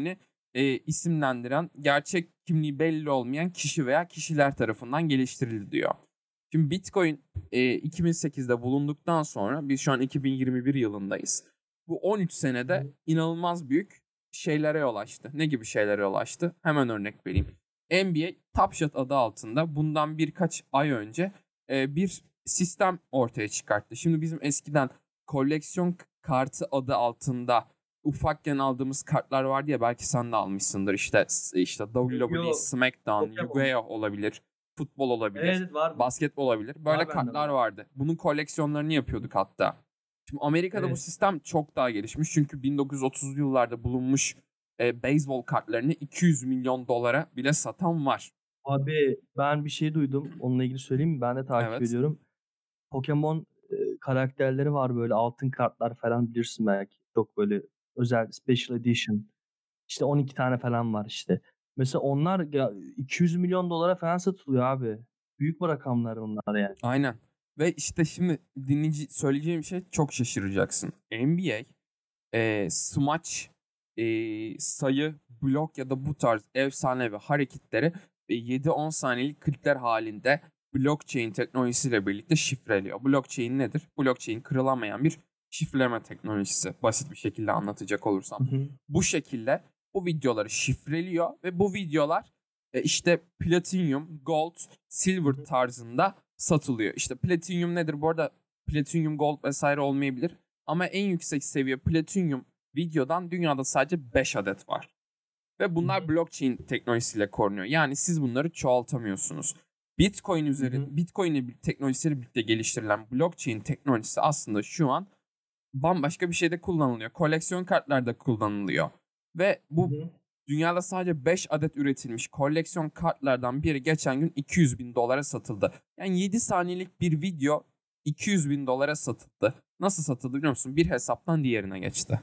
isimlendiren, gerçek kimliği belli olmayan kişi veya kişiler tarafından geliştirildi diyor. Şimdi Bitcoin 2008'de bulunduktan sonra biz şu an 2021 yılındayız. Bu 13 senede inanılmaz büyük şeylere yol açtı. Ne gibi şeylere yol açtı? Hemen örnek vereyim. NBA Top Shot adı altında bundan birkaç ay önce bir sistem ortaya çıkarttı. Şimdi bizim eskiden koleksiyon kartı adı altında ufakken aldığımız kartlar vardı ya, belki sen de almışsındır, işte WWE, SmackDown, Yu-Gi-Oh olabilir, futbol olabilir, Evet, var. basketbol olabilir. Böyle Var bende kartlar var. vardı. Bunun koleksiyonlarını yapıyorduk hatta. Şimdi Amerika'da bu Evet. sistem çok daha gelişmiş. Çünkü 1930'lu yıllarda bulunmuş beyzbol kartlarını 200 milyon dolara bile satan var. Abi ben bir şey duydum. Onunla ilgili söyleyeyim mi? Ben de takip Evet. ediyorum. Pokemon karakterleri var, böyle altın kartlar falan, bilirsin belki. Çok böyle özel special edition. İşte 12 tane falan var işte. Mesela onlar 200 milyon dolara falan satılıyor abi. Büyük bir rakamlar onlar yani. Aynen. Ve işte şimdi söyleyeceğim şey, çok şaşıracaksın. NBA smaç, sayı, blok ya da bu tarz efsane ve hareketleri 7-10 saniyelik klipler halinde blockchain teknolojisiyle birlikte şifreliyor. Blockchain nedir? Blockchain kırılamayan bir şifreleme teknolojisi. Basit bir şekilde anlatacak olursam. Bu şekilde bu videoları şifreliyor ve bu videolar işte platinum, gold, silver tarzında satılıyor. İşte platinum nedir? Bu arada platinum, gold vesaire olmayabilir. Ama en yüksek seviye platinum videodan dünyada sadece 5 adet var. Ve bunlar blockchain teknolojisiyle korunuyor. Yani siz bunları çoğaltamıyorsunuz. Bitcoin teknolojisiyle birlikte geliştirilen blockchain teknolojisi aslında şu an bambaşka bir şeyde kullanılıyor. Koleksiyon kartlarda kullanılıyor. Ve bu dünyada sadece 5 adet üretilmiş koleksiyon kartlardan biri geçen gün 200 bin dolara satıldı. Yani 7 saniyelik bir video 200 bin dolara satıldı. Nasıl satıldı biliyor musun? Bir hesaptan diğerine geçti.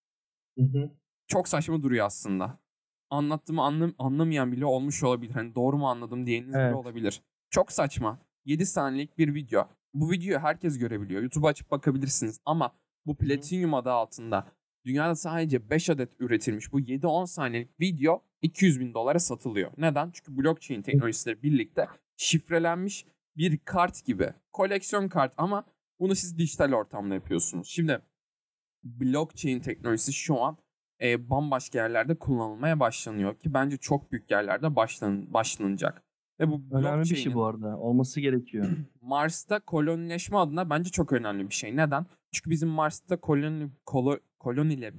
Çok saçma duruyor aslında. Anlattığımı anlamayan bile olmuş olabilir. Hani doğru mu anladım diyeniniz bile olabilir. Çok saçma. 7 saniyelik bir video. Bu videoyu herkes görebiliyor. YouTube'a açıp bakabilirsiniz. Ama bu Platinum adı altında dünyada sadece 5 adet üretilmiş bu 7-10 saniyelik video 200 bin dolara satılıyor. Neden? Çünkü blockchain teknolojisiyle birlikte şifrelenmiş bir kart gibi. Koleksiyon kart ama bunu siz dijital ortamda yapıyorsunuz. Şimdi blockchain teknolojisi şu an bambaşka yerlerde kullanılmaya başlanıyor ki bence çok büyük yerlerde başlanacak. Ve bu önemli bir şey bu arada. Olması gerekiyor. Mars'ta kolonileşme adına bence çok önemli bir şey. Neden? Çünkü bizim Mars'ta koloniyle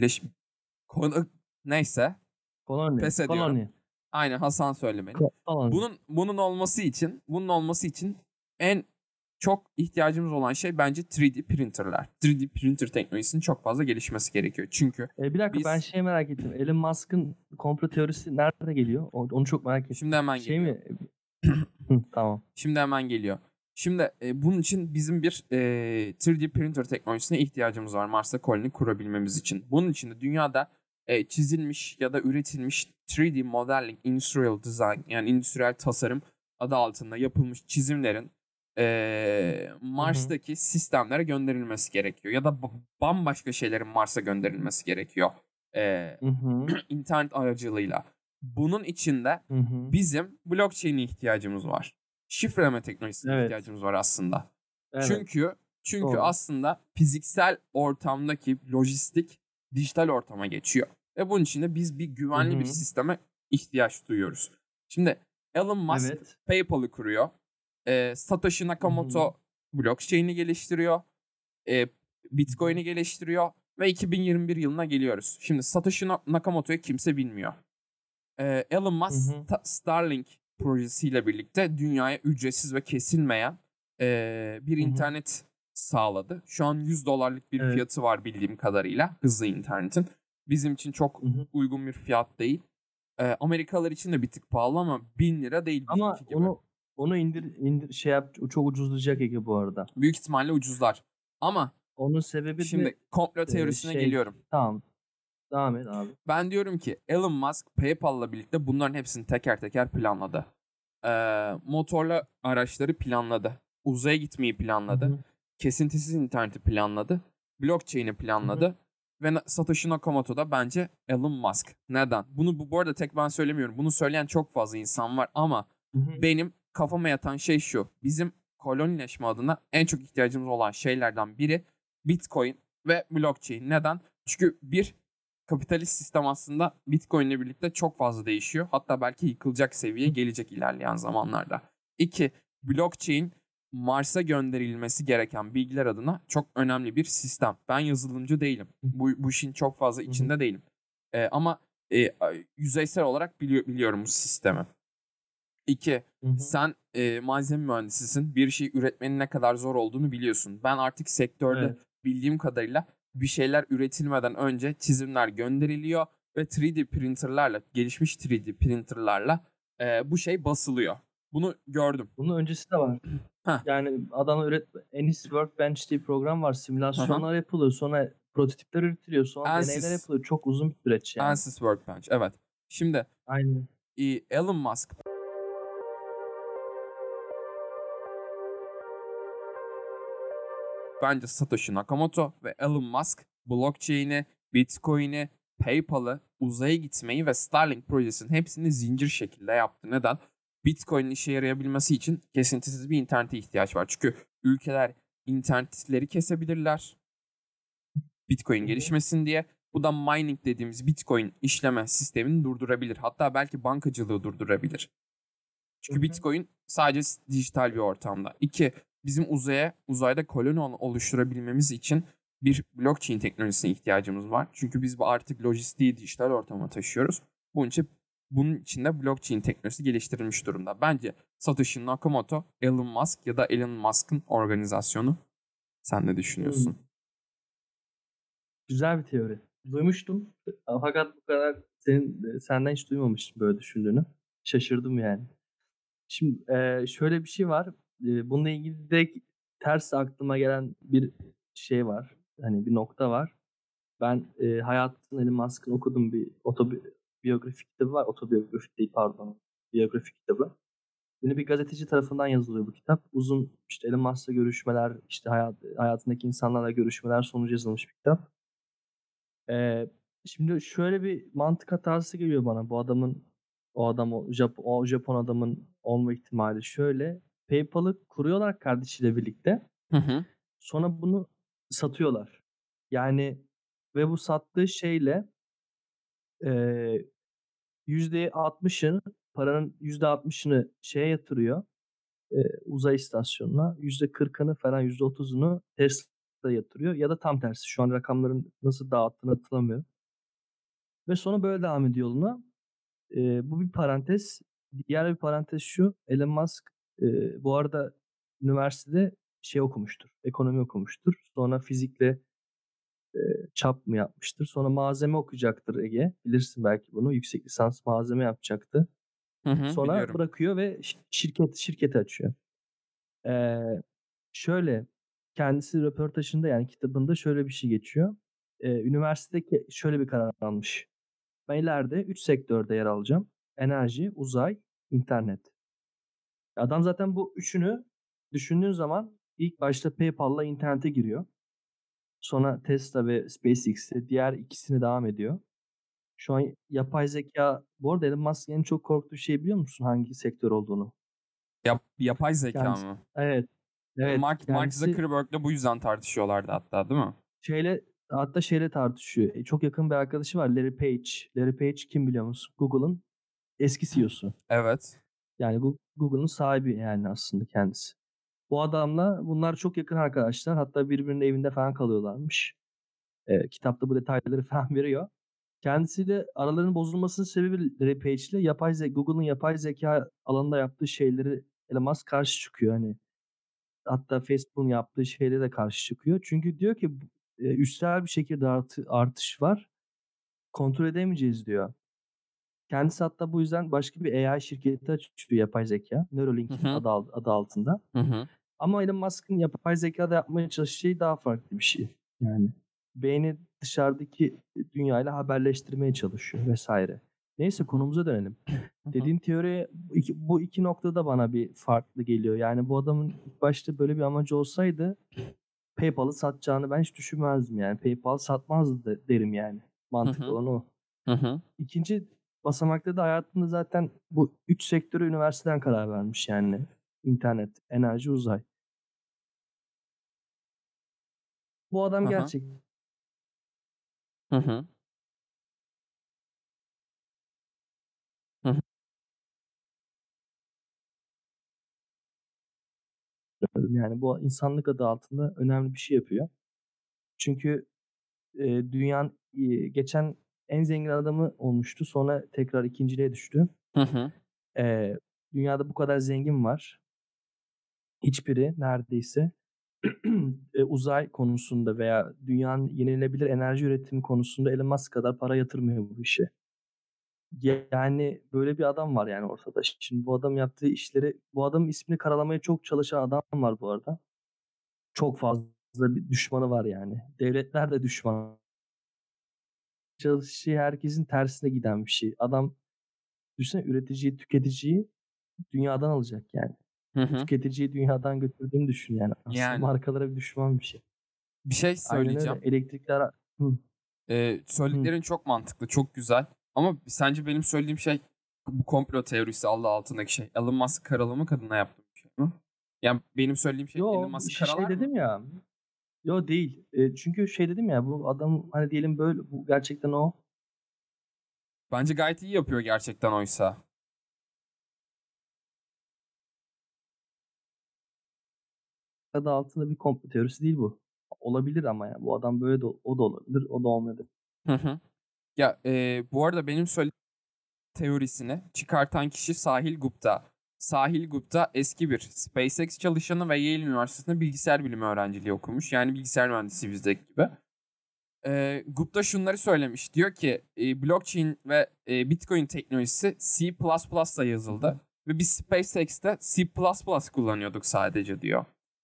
neyse. Pes ediyorum. Koloni. Aynen, Hasan söylemeli. Bunun olması için en çok ihtiyacımız olan şey bence 3D printerler. 3D printer teknolojisinin çok fazla gelişmesi gerekiyor. Çünkü bir dakika, ben merak ettim. Elon Musk'ın komplo teorisi nerede geliyor? Onu çok merak ettim. Şimdi hemen geliyor. Tamam. Şimdi hemen geliyor. Şimdi bunun için bizim bir 3D printer teknolojisine ihtiyacımız var Mars'ta koloni kurabilmemiz için. Bunun için de dünyada çizilmiş ya da üretilmiş 3D modeling, industrial design, yani endüstriyel tasarım adı altında yapılmış çizimlerin Mars'taki sistemlere gönderilmesi gerekiyor. Ya da bambaşka şeylerin Mars'a gönderilmesi gerekiyor. İnternet aracılığıyla. Bunun için de bizim blockchain'e ihtiyacımız var. Şifreleme teknolojisine ihtiyacımız var aslında. Evet. Çünkü aslında fiziksel ortamdaki lojistik dijital ortama geçiyor. Ve bunun için de biz bir güvenli bir sisteme ihtiyaç duyuyoruz. Şimdi Elon Musk PayPal'ı kuruyor. Satoshi Nakamoto blockchain'i geliştiriyor. Bitcoin'i geliştiriyor. Ve 2021 yılına geliyoruz. Şimdi Satoshi Nakamoto'yu kimse bilmiyor. Elon Musk Starlink projesiyle birlikte dünyaya ücretsiz ve kesilmeyen bir internet sağladı. Şu an $100 bir fiyatı var bildiğim kadarıyla, hızlı internetin. Bizim için çok uygun bir fiyat değil. Amerikalılar için de bir tık pahalı ama 1000 lira değil bizimki gibi. Ama onu indir çok ucuzlayacak Ege bu arada. Büyük ihtimalle ucuzlar. Ama onun sebebi şimdi komplo teorisine geliyorum. Tamam. Devam et abi. Ben diyorum ki Elon Musk PayPal'la birlikte bunların hepsini teker teker planladı. Motorlu araçları planladı. Uzaya gitmeyi planladı. Kesintisiz interneti planladı. Blockchain'i planladı. ve Satoshi Nakamoto da bence Elon Musk. Neden? Bunu bu arada tek ben söylemiyorum. Bunu söyleyen çok fazla insan var ama benim kafama yatan şey şu. Bizim kolonileşme adına en çok ihtiyacımız olan şeylerden biri Bitcoin ve blockchain. Neden? Çünkü bir, kapitalist sistem aslında Bitcoin ile birlikte çok fazla değişiyor. Hatta belki yıkılacak seviyeye gelecek ilerleyen zamanlarda. İki, blockchain Mars'a gönderilmesi gereken bilgiler adına çok önemli bir sistem. Ben yazılımcı değilim. Bu işin çok fazla içinde değilim. Ama yüzeysel olarak biliyorum bu sistemi. İki, sen malzeme mühendisisin. Bir şey üretmenin ne kadar zor olduğunu biliyorsun. Ben artık sektörde bildiğim kadarıyla bir şeyler üretilmeden önce çizimler gönderiliyor ve 3D printerlarla, gelişmiş 3D printerlarla bu şey basılıyor. Bunu gördüm. Bunun öncesi de var. Yani adam Ennis Workbench diye bir program var. Simülasyonlar yapılıyor. Sonra prototipler üretiliyor. Sonra deneyler yapılıyor. Çok uzun bir süreç yani. Ansys Workbench, evet. Şimdi aynen. Elon Musk bence Satoshi Nakamoto ve Elon Musk blockchain'i, Bitcoin'i, PayPal'ı, uzaya gitmeyi ve Starlink projesinin hepsini zincir şekilde yaptı. Neden? Bitcoin'in işe yarayabilmesi için kesintisiz bir internete ihtiyaç var. Çünkü ülkeler internetleri kesebilirler Bitcoin gelişmesin diye. Bu da mining dediğimiz Bitcoin işleme sistemini durdurabilir. Hatta belki bankacılığı durdurabilir. Çünkü Bitcoin sadece dijital bir ortamda. İki, bizim uzayda koloni oluşturabilmemiz için bir blockchain teknolojisine ihtiyacımız var. Çünkü biz artık lojistiği dijital ortama taşıyoruz. Bunun için de blockchain teknolojisi geliştirilmiş durumda. Bence Satoshi Nakamoto, Elon Musk ya da Elon Musk'ın organizasyonu. Sen ne düşünüyorsun? Güzel bir teori. Duymuştum. Fakat bu kadar senden hiç duymamıştım böyle düşündüğünü. Şaşırdım yani. Şimdi şöyle bir şey var. Bununla ilgili de ters aklıma gelen bir şey var. Hani bir nokta var. Ben hayatını Elon Musk'ın okudum, bir biyografik kitabı var. Otobiyografik değil, pardon. Biyografik kitabı. Yine bir gazeteci tarafından yazılıyor bu kitap. Uzun işte Elon Musk'la görüşmeler, işte hayatındaki insanlarla görüşmeler sonucu yazılmış bir kitap. Şimdi şöyle bir mantık hatası geliyor bana. O Japon adamın olma ihtimali şöyle. PayPal'ı kuruyorlar kardeşiyle birlikte. Sonra bunu satıyorlar. Yani ve bu sattığı şeyle %60'ını, paranın %60'ını şeye yatırıyor. Uzay istasyonuna. %40'ını falan, %30'unu Tesla'ya yatırıyor. Ya da tam tersi. Şu an rakamların nasıl dağıttığını hatırlamıyorum. Ve sonra böyle devam ediyor yoluna. Bu bir parantez. Diğer bir parantez şu. Elon Musk bu arada üniversitede okumuştur. Ekonomi okumuştur. Sonra fizikle çap mı yapmıştır. Sonra malzeme okuyacaktır Ege. Bilirsin belki bunu. Yüksek lisans malzeme yapacaktı. Sonra biliyorum. bırakıyor ve şirketi açıyor. Şöyle kendisi röportajında, yani kitabında şöyle bir şey geçiyor. Üniversitede şöyle bir karar almış. Ben ileride 3 sektörde yer alacağım. Enerji, uzay, internet. Adam zaten bu üçünü düşündüğün zaman ilk başta PayPal'la internete giriyor. Sonra Tesla ve SpaceX'e diğer ikisini devam ediyor. Şu an yapay zeka, bu arada Elon Musk'ın en çok korktuğu şey biliyor musun hangi sektör olduğunu? Yapay zeka mı? Evet. Mark Zuckerberg'le bu yüzden tartışıyorlardı hatta, değil mi? Şeyle tartışıyor. Çok yakın bir arkadaşı var, Larry Page. Larry Page kim biliyor musun? Google'ın eski CEO'su. Evet. Yani Google'ın sahibi yani aslında kendisi. Bu adamla bunlar çok yakın arkadaşlar. Hatta birbirinin evinde falan kalıyorlarmış. Kitapta bu detayları falan veriyor. Kendisiyle aralarının bozulmasının sebebi Larry Page ile Google'ın yapay zeka alanında yaptığı şeyleri Elon Musk karşı çıkıyor. Hani hatta Facebook'un yaptığı şeylere de karşı çıkıyor. Çünkü diyor ki üstel bir şekilde artış var. Kontrol edemeyeceğiz diyor. Kendisi hatta bu yüzden başka bir AI şirketi açıyor, yapay zeka. Neuralink'in adı altında. Ama Elon Musk'ın yapay zekada yapmaya çalıştığı şey daha farklı bir şey. Yani beyni dışarıdaki dünyayla haberleştirmeye çalışıyor vesaire. Neyse, konumuza dönelim. Dediğin teori bu iki noktada bana bir farklı geliyor. Yani bu adamın ilk başta böyle bir amacı olsaydı PayPal'ı satacağını ben hiç düşünmezdim yani. PayPal satmazdı derim yani. Mantıklı hı. olan o. Hı hı. İkinci basamakta da hayatında zaten bu 3 sektöre üniversiteden karar vermiş yani. İnternet, enerji, uzay. Bu adam Hı hı. gerçekten Hı hı. Hı hı. yani bu insanlık adı altında önemli bir şey yapıyor. Çünkü dünyanın geçen en zengin adamı olmuştu. Sonra tekrar ikinciliğe düştü. Hı hı. E, dünyada bu kadar zengin var. Hiçbiri neredeyse uzay konusunda veya dünyanın yenilenebilir enerji üretimi konusunda Elon Musk kadar para yatırmıyor bu işe. Yani böyle bir adam var yani ortada. Şimdi bu adam yaptığı işleri, bu adamın ismini karalamaya çok çalışan adam var bu arada. Çok fazla bir düşmanı var yani. Devletler de düşman. Çalıştığı herkesin tersine giden bir şey. Adam düşünsene üreticiyi, tüketiciyi dünyadan alacak yani. Hı hı. Tüketiciyi dünyadan götürdüğünü düşün yani. Aslında Yani markalara bir düşman bir şey. bir şey Aynen öyle. söyleyeceğim. Elektrikli ara... Hı, hı. Söylediklerin çok mantıklı, çok güzel. Ama sence benim söylediğim şey bu komplo teorisi Allah altındaki şey. Elon Musk karalamak adına yaptığım bir şey mi? Yani benim söylediğim şey Elon Yo Musk işte şey karalar mı? dedim ya. Yo değil. Çünkü şey dedim ya bu adam hani diyelim böyle bu gerçekten o Bence gayet iyi yapıyor gerçekten oysa. adı altında bir komplo teorisi değil bu. Olabilir ama ya. Bu adam böyle de o da olabilir. O da olmayabilir. Hı hı. Ya bu arada benim söylediğim teorisini çıkartan kişi Sahil Gupta. Sahil Gupta eski bir SpaceX çalışanı ve Yale Üniversitesi'nde bilgisayar bilimi öğrenciliği okumuş. Yani bilgisayar mühendisi bizdeki gibi. Gupta şunları söylemiş. Diyor ki blockchain ve Bitcoin teknolojisi C++'la yazıldı. Ve biz SpaceX'te C++ kullanıyorduk sadece diyor.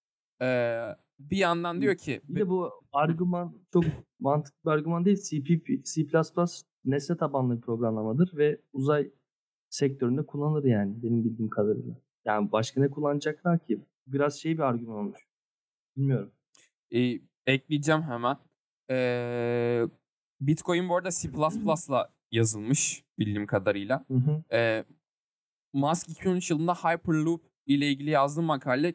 Bir yandan diyor ki Bir de bu argüman çok mantıklı bir argüman değil. C++ nesne tabanlı bir programlamadır ve uzay sektöründe kullanılır yani benim bildiğim kadarıyla. Yani başka ne kullanacaklar ki? Biraz şey bir argüman olmuş. Bilmiyorum. ekleyeceğim hemen. Ee, Bitcoin bu arada C++'la yazılmış bildiğim kadarıyla. Hı hı. Musk 2013 yılında Hyperloop ile ilgili yazdığı makale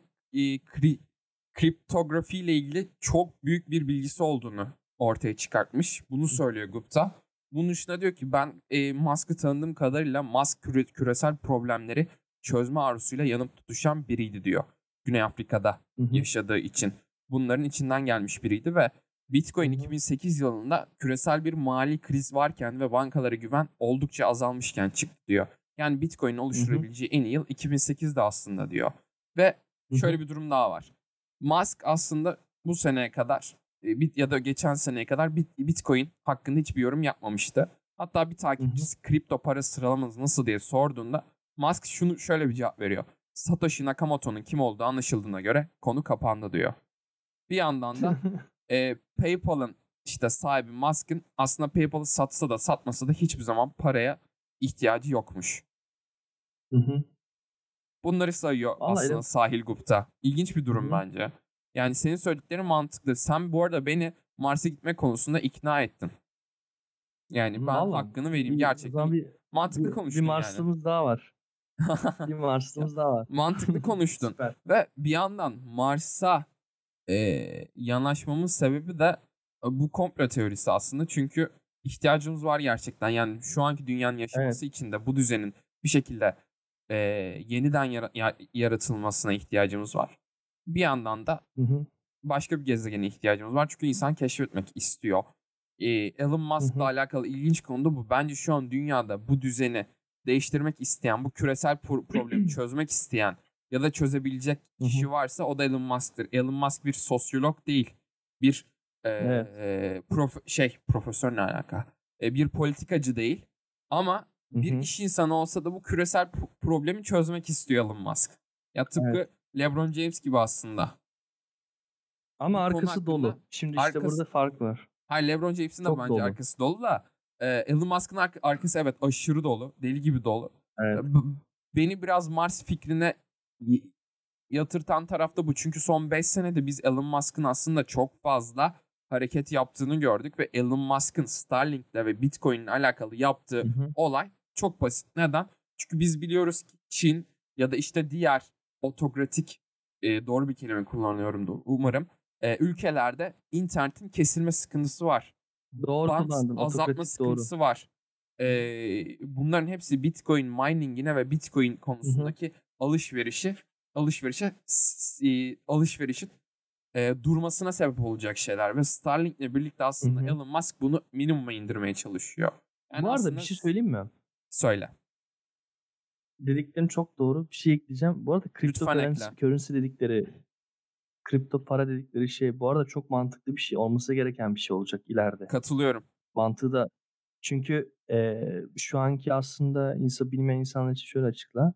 kriptografi ile ilgili çok büyük bir bilgisi olduğunu ortaya çıkartmış. Bunu söylüyor Gupta. Bunun dışında diyor ki ben Musk'ı tanıdığım kadarıyla Musk küresel problemleri çözme arzusuyla yanıp tutuşan biriydi diyor. Güney Afrika'da Hı hı. yaşadığı için. Bunların içinden gelmiş biriydi ve Bitcoin Hı hı. 2008 yılında küresel bir mali kriz varken ve bankalara güven oldukça azalmışken çıktı diyor. Yani Bitcoin'in Hı hı. oluşturabileceği en iyi yıl 2008'de aslında diyor. Ve Hı şöyle hı. bir durum daha var. Musk aslında bu seneye kadar ya da geçen seneye kadar Bitcoin hakkında hiçbir yorum yapmamıştı. Hatta bir Hı hı. takipçisi kripto para sıralaması nasıl diye sorduğunda Musk şöyle bir cevap veriyor. Satoshi Nakamoto'nun kim olduğu anlaşıldığına göre konu kapandı diyor. Bir yandan da PayPal'ın işte sahibi Musk'ın aslında PayPal'ı satsa da satmasa da hiçbir zaman paraya ihtiyacı yokmuş. Hı hı. Bunları sayıyor Vallahi aslında Sahil Gupta. İlginç bir Hı durum hı. bence. Yani senin söylediklerin mantıklı. Sen bu arada beni Mars'a gitme konusunda ikna ettin. Yani ben Valla hakkını vereyim. iyi. O Gerçekten zaman mantıklı bir konuştun yani. Mars'ımız daha var. Bir Ya, Mars'ımız daha var. mantıklı konuştun. Süper. Ve bir yandan Mars'a yanaşmamın sebebi de bu komplo teorisi aslında. Çünkü ihtiyacımız var gerçekten. Yani şu anki dünyanın Evet. yaşaması için de bu düzenin bir şekilde e, yeniden yaratılmasına ihtiyacımız var. Bir yandan da Hı hı. başka bir gezegene ihtiyacımız var. Çünkü insan keşfetmek istiyor. Elon Hı Musk'la hı. alakalı ilginç konu da bu. Bence şu an dünyada bu düzeni değiştirmek isteyen, bu küresel problemi çözmek isteyen ya da çözebilecek Hı hı. kişi varsa o da Elon Musk'tır. Elon Musk bir sosyolog değil. Bir Evet. profesör ne alaka? Bir politikacı değil. Ama Hı bir hı. iş insanı olsa da bu küresel problemi çözmek istiyor Elon Musk. Ya tıpkı Evet. LeBron James gibi aslında. Ama Bir konu arkası hakkında dolu. Şimdi işte arkası... burada fark var. Hayır, LeBron James'in de Çok bence dolu. arkası dolu da Elon Musk'ın arkası evet aşırı dolu. Deli gibi dolu. Evet. Beni biraz Mars fikrine yatırtan taraf da bu. Çünkü son 5 senede biz Elon Musk'ın aslında çok fazla hareket yaptığını gördük ve Elon Musk'ın Starlink'le ve Bitcoin'le alakalı yaptığı olay çok basit. Neden? Çünkü biz biliyoruz ki Çin ya da işte diğer otokratik, doğru bir kelime kullanıyorumdur umarım, ülkelerde internetin kesilme sıkıntısı var. Doğru Band kullandın. azaltma Otokratik doğru. sıkıntısı var. Bunların hepsi Bitcoin mining'ine ve Bitcoin konusundaki alışverişin durmasına sebep olacak şeyler ve Starlink'le birlikte aslında Elon Musk bunu minimuma indirmeye çalışıyor. Yani Bu arada aslında bir şey söyleyeyim mi? söyle. Dediklerin çok doğru. Bir şey ekleyeceğim. Bu arada Lütfen ekle. cryptocurrency dedikleri, kripto para dedikleri şey bu arada çok mantıklı bir şey. Olması gereken bir şey olacak ileride. Katılıyorum. Mantığı da çünkü şu anki aslında bilmeyen insanlar için şöyle açıkla.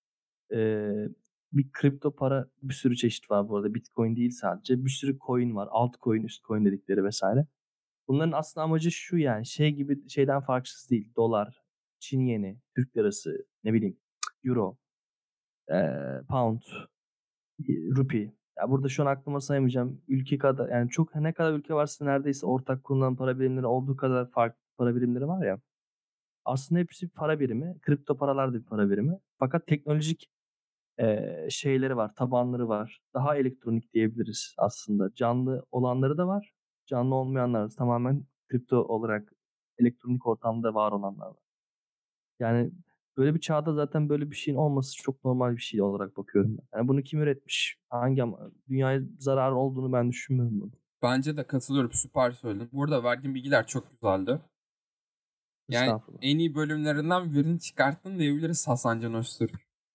Bir kripto para bir sürü çeşit var bu arada. Bitcoin değil sadece. Bir sürü coin var. Altcoin, üstcoin dedikleri vesaire. Bunların aslında amacı şu yani şeyden farksız değil. Dolar, Çin yeni, Türk lirası, ne bileyim, euro, pound, rupi. Ya burada şu an aklıma sayamayacağım. Ülke kadar yani çok ne kadar ülke varsa neredeyse ortak kullanılan para birimleri olduğu kadar farklı para birimleri var ya. Aslında hepsi bir para birimi. Kripto paralar da bir para birimi. Fakat teknolojik şeyleri var, tabanları var. Daha elektronik diyebiliriz aslında. Canlı olanları da var. Canlı olmayanlar da tamamen kripto olarak elektronik ortamda var olanlar var. Yani böyle bir çağda zaten böyle bir şeyin olması çok normal bir şey olarak bakıyorum ben. Yani bunu kim üretmiş? Dünyaya zarar olduğunu ben düşünmüyorum bunu. Bence de katılıyorum. Süper söyledin. Burada verdiğin bilgiler çok güzeldi. Yani en iyi bölümlerinden birini çıkarttın diyebiliriz Hasan Can Öztürk.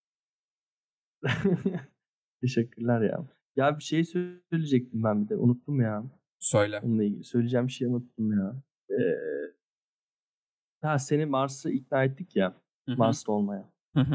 Teşekkürler ya. Ya bir şey söyleyecektim ben bir de. Unuttum ya. Söyle. Onunla ilgili. Söyleyeceğim bir şey unuttum ya. Seni Mars'ı ikna ettik ya. Mars'ta olmaya.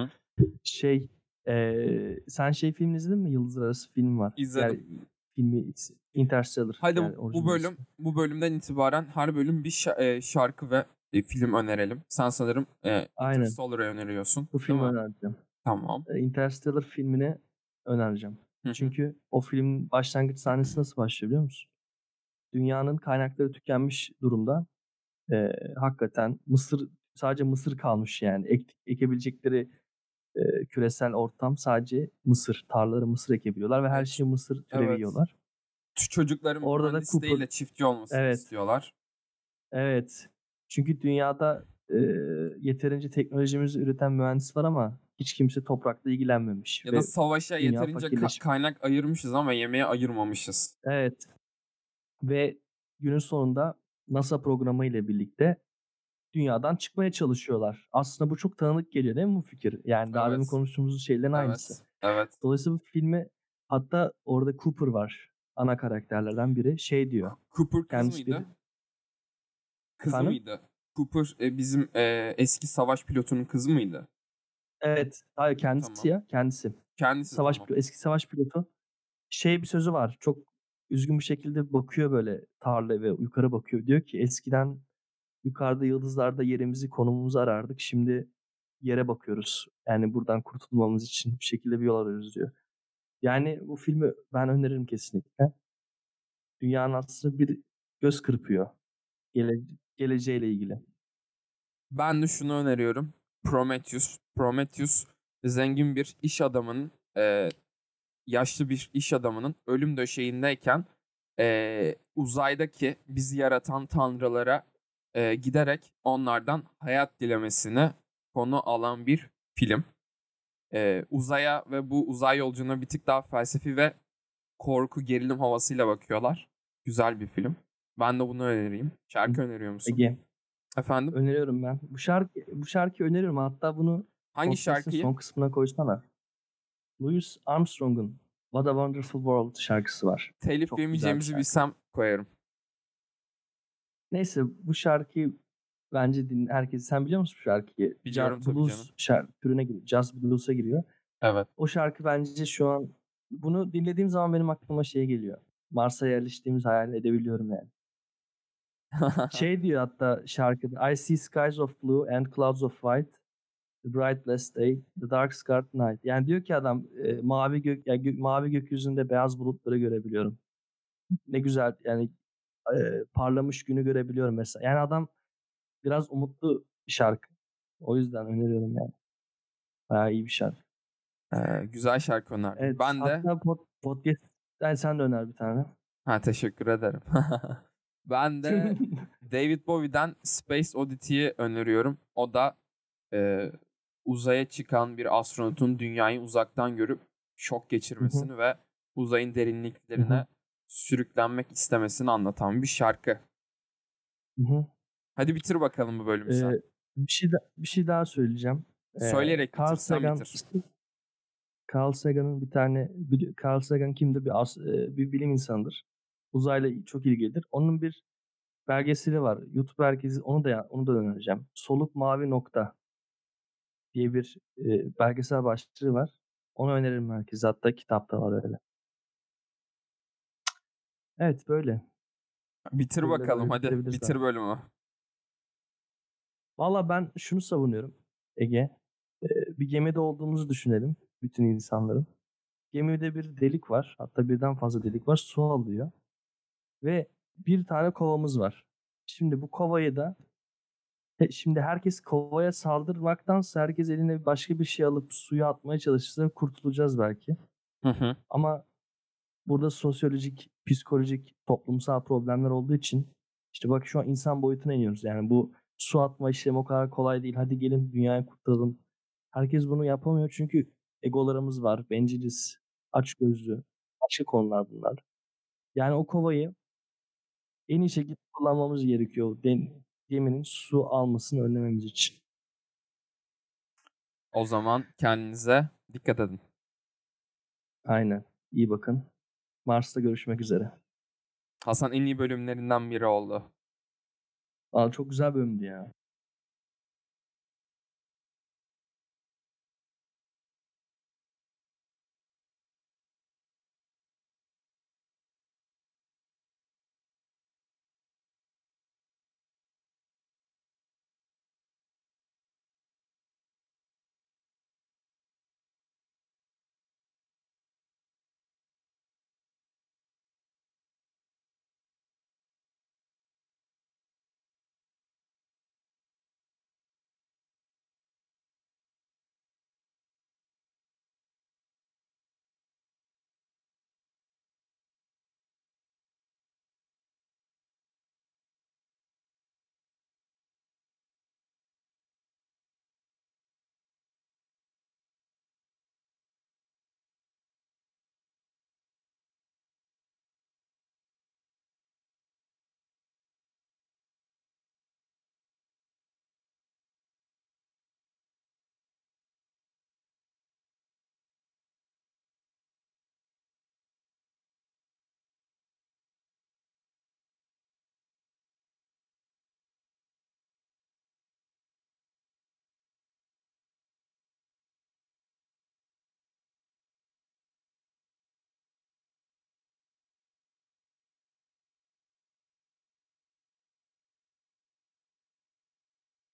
Sen filmini izledin mi? Yıldızlar Arası film var. İzledim. Yani, filmi Interstellar. Hadi yani bu bölümden itibaren her bölüm bir şarkı ve film önerelim. Sen sanırım Interstellar'ı öneriyorsun. Bu filmi önereceğim. Tamam. Interstellar filmini önereceğim. Çünkü o filmin başlangıç sahnesi nasıl başlıyor biliyor musun? Dünyanın kaynakları tükenmiş durumda. Hakikaten sadece Mısır kalmış yani. Ekebilecekleri küresel ortam sadece mısır. Tarlaları mısır ekebiliyorlar ve her şeyi mısır türevi yiyorlar. Çocukların mühendis değil de çiftçi olmasını istiyorlar. Evet. Çünkü dünyada yeterince teknolojimizi üreten mühendis var ama hiç kimse toprakla ilgilenmemiş. Ya da savaşa yeterince kaynak ayırmışız ama yemeğe ayırmamışız. Evet. Ve günün sonunda NASA programı ile birlikte dünyadan çıkmaya çalışıyorlar. Aslında bu çok tanıdık geliyor değil mi bu fikir? Yani daha demin konuştuğumuz şeylerin aynısı. Evet. Dolayısıyla bu filmi hatta orada Cooper var. Ana karakterlerden biri diyor. Cooper kız mıydı? Kızı mıydı? Cooper bizim eski savaş pilotunun kızı mıydı? Evet. Hayır kendisi ya. Kendisi. Eski savaş pilotu. Bir sözü var. Çok üzgün bir şekilde bakıyor böyle tarlaya ve yukarı bakıyor. Diyor ki eskiden yukarıda yıldızlarda konumumuzu arardık. Şimdi yere bakıyoruz. Yani buradan kurtulmamız için bir şekilde bir yol arıyoruz diyor. Yani bu filmi ben öneririm kesinlikle. Dünyanın aslında bir göz kırpıyor. Geleceğiyle ilgili. Ben de şunu öneriyorum. Prometheus zengin bir iş adamının, yaşlı bir iş adamının ölüm döşeğindeyken uzaydaki bizi yaratan tanrılara giderek onlardan hayat dilemesini konu alan bir film. Uzaya ve bu uzay yolculuğuna bir tık daha felsefi ve korku, gerilim havasıyla bakıyorlar. Güzel bir film. Ben de bunu önereyim. Şarkı öneriyor musun? Ege. Efendim? Öneriyorum ben. Bu şarkıyı öneriyorum. Hatta bunu hangi şarkıyı? Son kısmına koysana. Louis Armstrong'un What a Wonderful World şarkısı var. Telif yemeyeceğimizi bilsem koyarım. Neyse bu şarkıyı bence herkes. Sen biliyor musun bu şarkıyı? Biliyorum tabii blues türüne giriyor. Jazz blues'a giriyor. Evet. O şarkı bence şu an bunu dinlediğim zaman benim aklıma geliyor. Mars'a yerleştiğimizi hayal edebiliyorum yani. Diyor hatta şarkıda I see skies of blue and clouds of white. The Bright Blessed Day, The Dark Scarred Night. Yani diyor ki adam mavi gökyüzünde beyaz bulutları görebiliyorum. Ne güzel yani parlamış günü görebiliyorum mesela. Yani adam biraz umutlu bir şarkı. O yüzden öneriyorum yani. Bayağı iyi bir şarkı. Güzel şarkı önerdin. Evet, Ben de hatta podcast sen de öner bir tane. teşekkür ederim. Ben de David Bowie'den Space Oddity'yi öneriyorum. O da uzaya çıkan bir astronotun dünyayı uzaktan görüp şok geçirmesini ve uzayın derinliklerine sürüklenmek istemesini anlatan bir şarkı. Hadi bitir bakalım bu bölümü sen. Bir şey daha söyleyeceğim. Söyleyerek bitir, sen bitir. Carl Sagan'ın Carl Sagan kimdir? Bir bilim insanıdır. Uzayla çok ilgilidir. Onun bir belgeseli var. YouTube herkesi onu da önereceğim. Soluk Mavi Nokta diye bir belgesel başlığı var. Onu öneririm herkese. Hatta kitapta var öyle. Evet böyle. Bitir Böyle bakalım hadi. bitirebiliriz Bitir abi. bölümü. Valla ben şunu savunuyorum Ege. Bir gemide olduğumuzu düşünelim. Bütün insanların. Gemide bir delik var. Hatta birden fazla delik var. Su alıyor. Ve bir tane kovamız var. Şimdi bu kovayı da şimdi herkes kovaya saldırmaktansa herkes eline başka bir şey alıp suya atmaya çalışırsa kurtulacağız belki. Ama burada sosyolojik, psikolojik, toplumsal problemler olduğu için işte bak şu an insan boyutuna iniyoruz. Yani bu su atma işlemi o kadar kolay değil. Hadi gelin dünyayı kurtaralım. Herkes bunu yapamıyor çünkü egolarımız var, benciliz, açgözlü, başka konular bunlar. Yani o kovayı en iyi şekilde kullanmamız gerekiyor. Geminin su almasını önlememiz için. O zaman kendinize dikkat edin. Aynen. İyi bakın. Mars'ta görüşmek üzere. Hasan en iyi bölümlerinden biri oldu. Çok güzel bölümdü ya.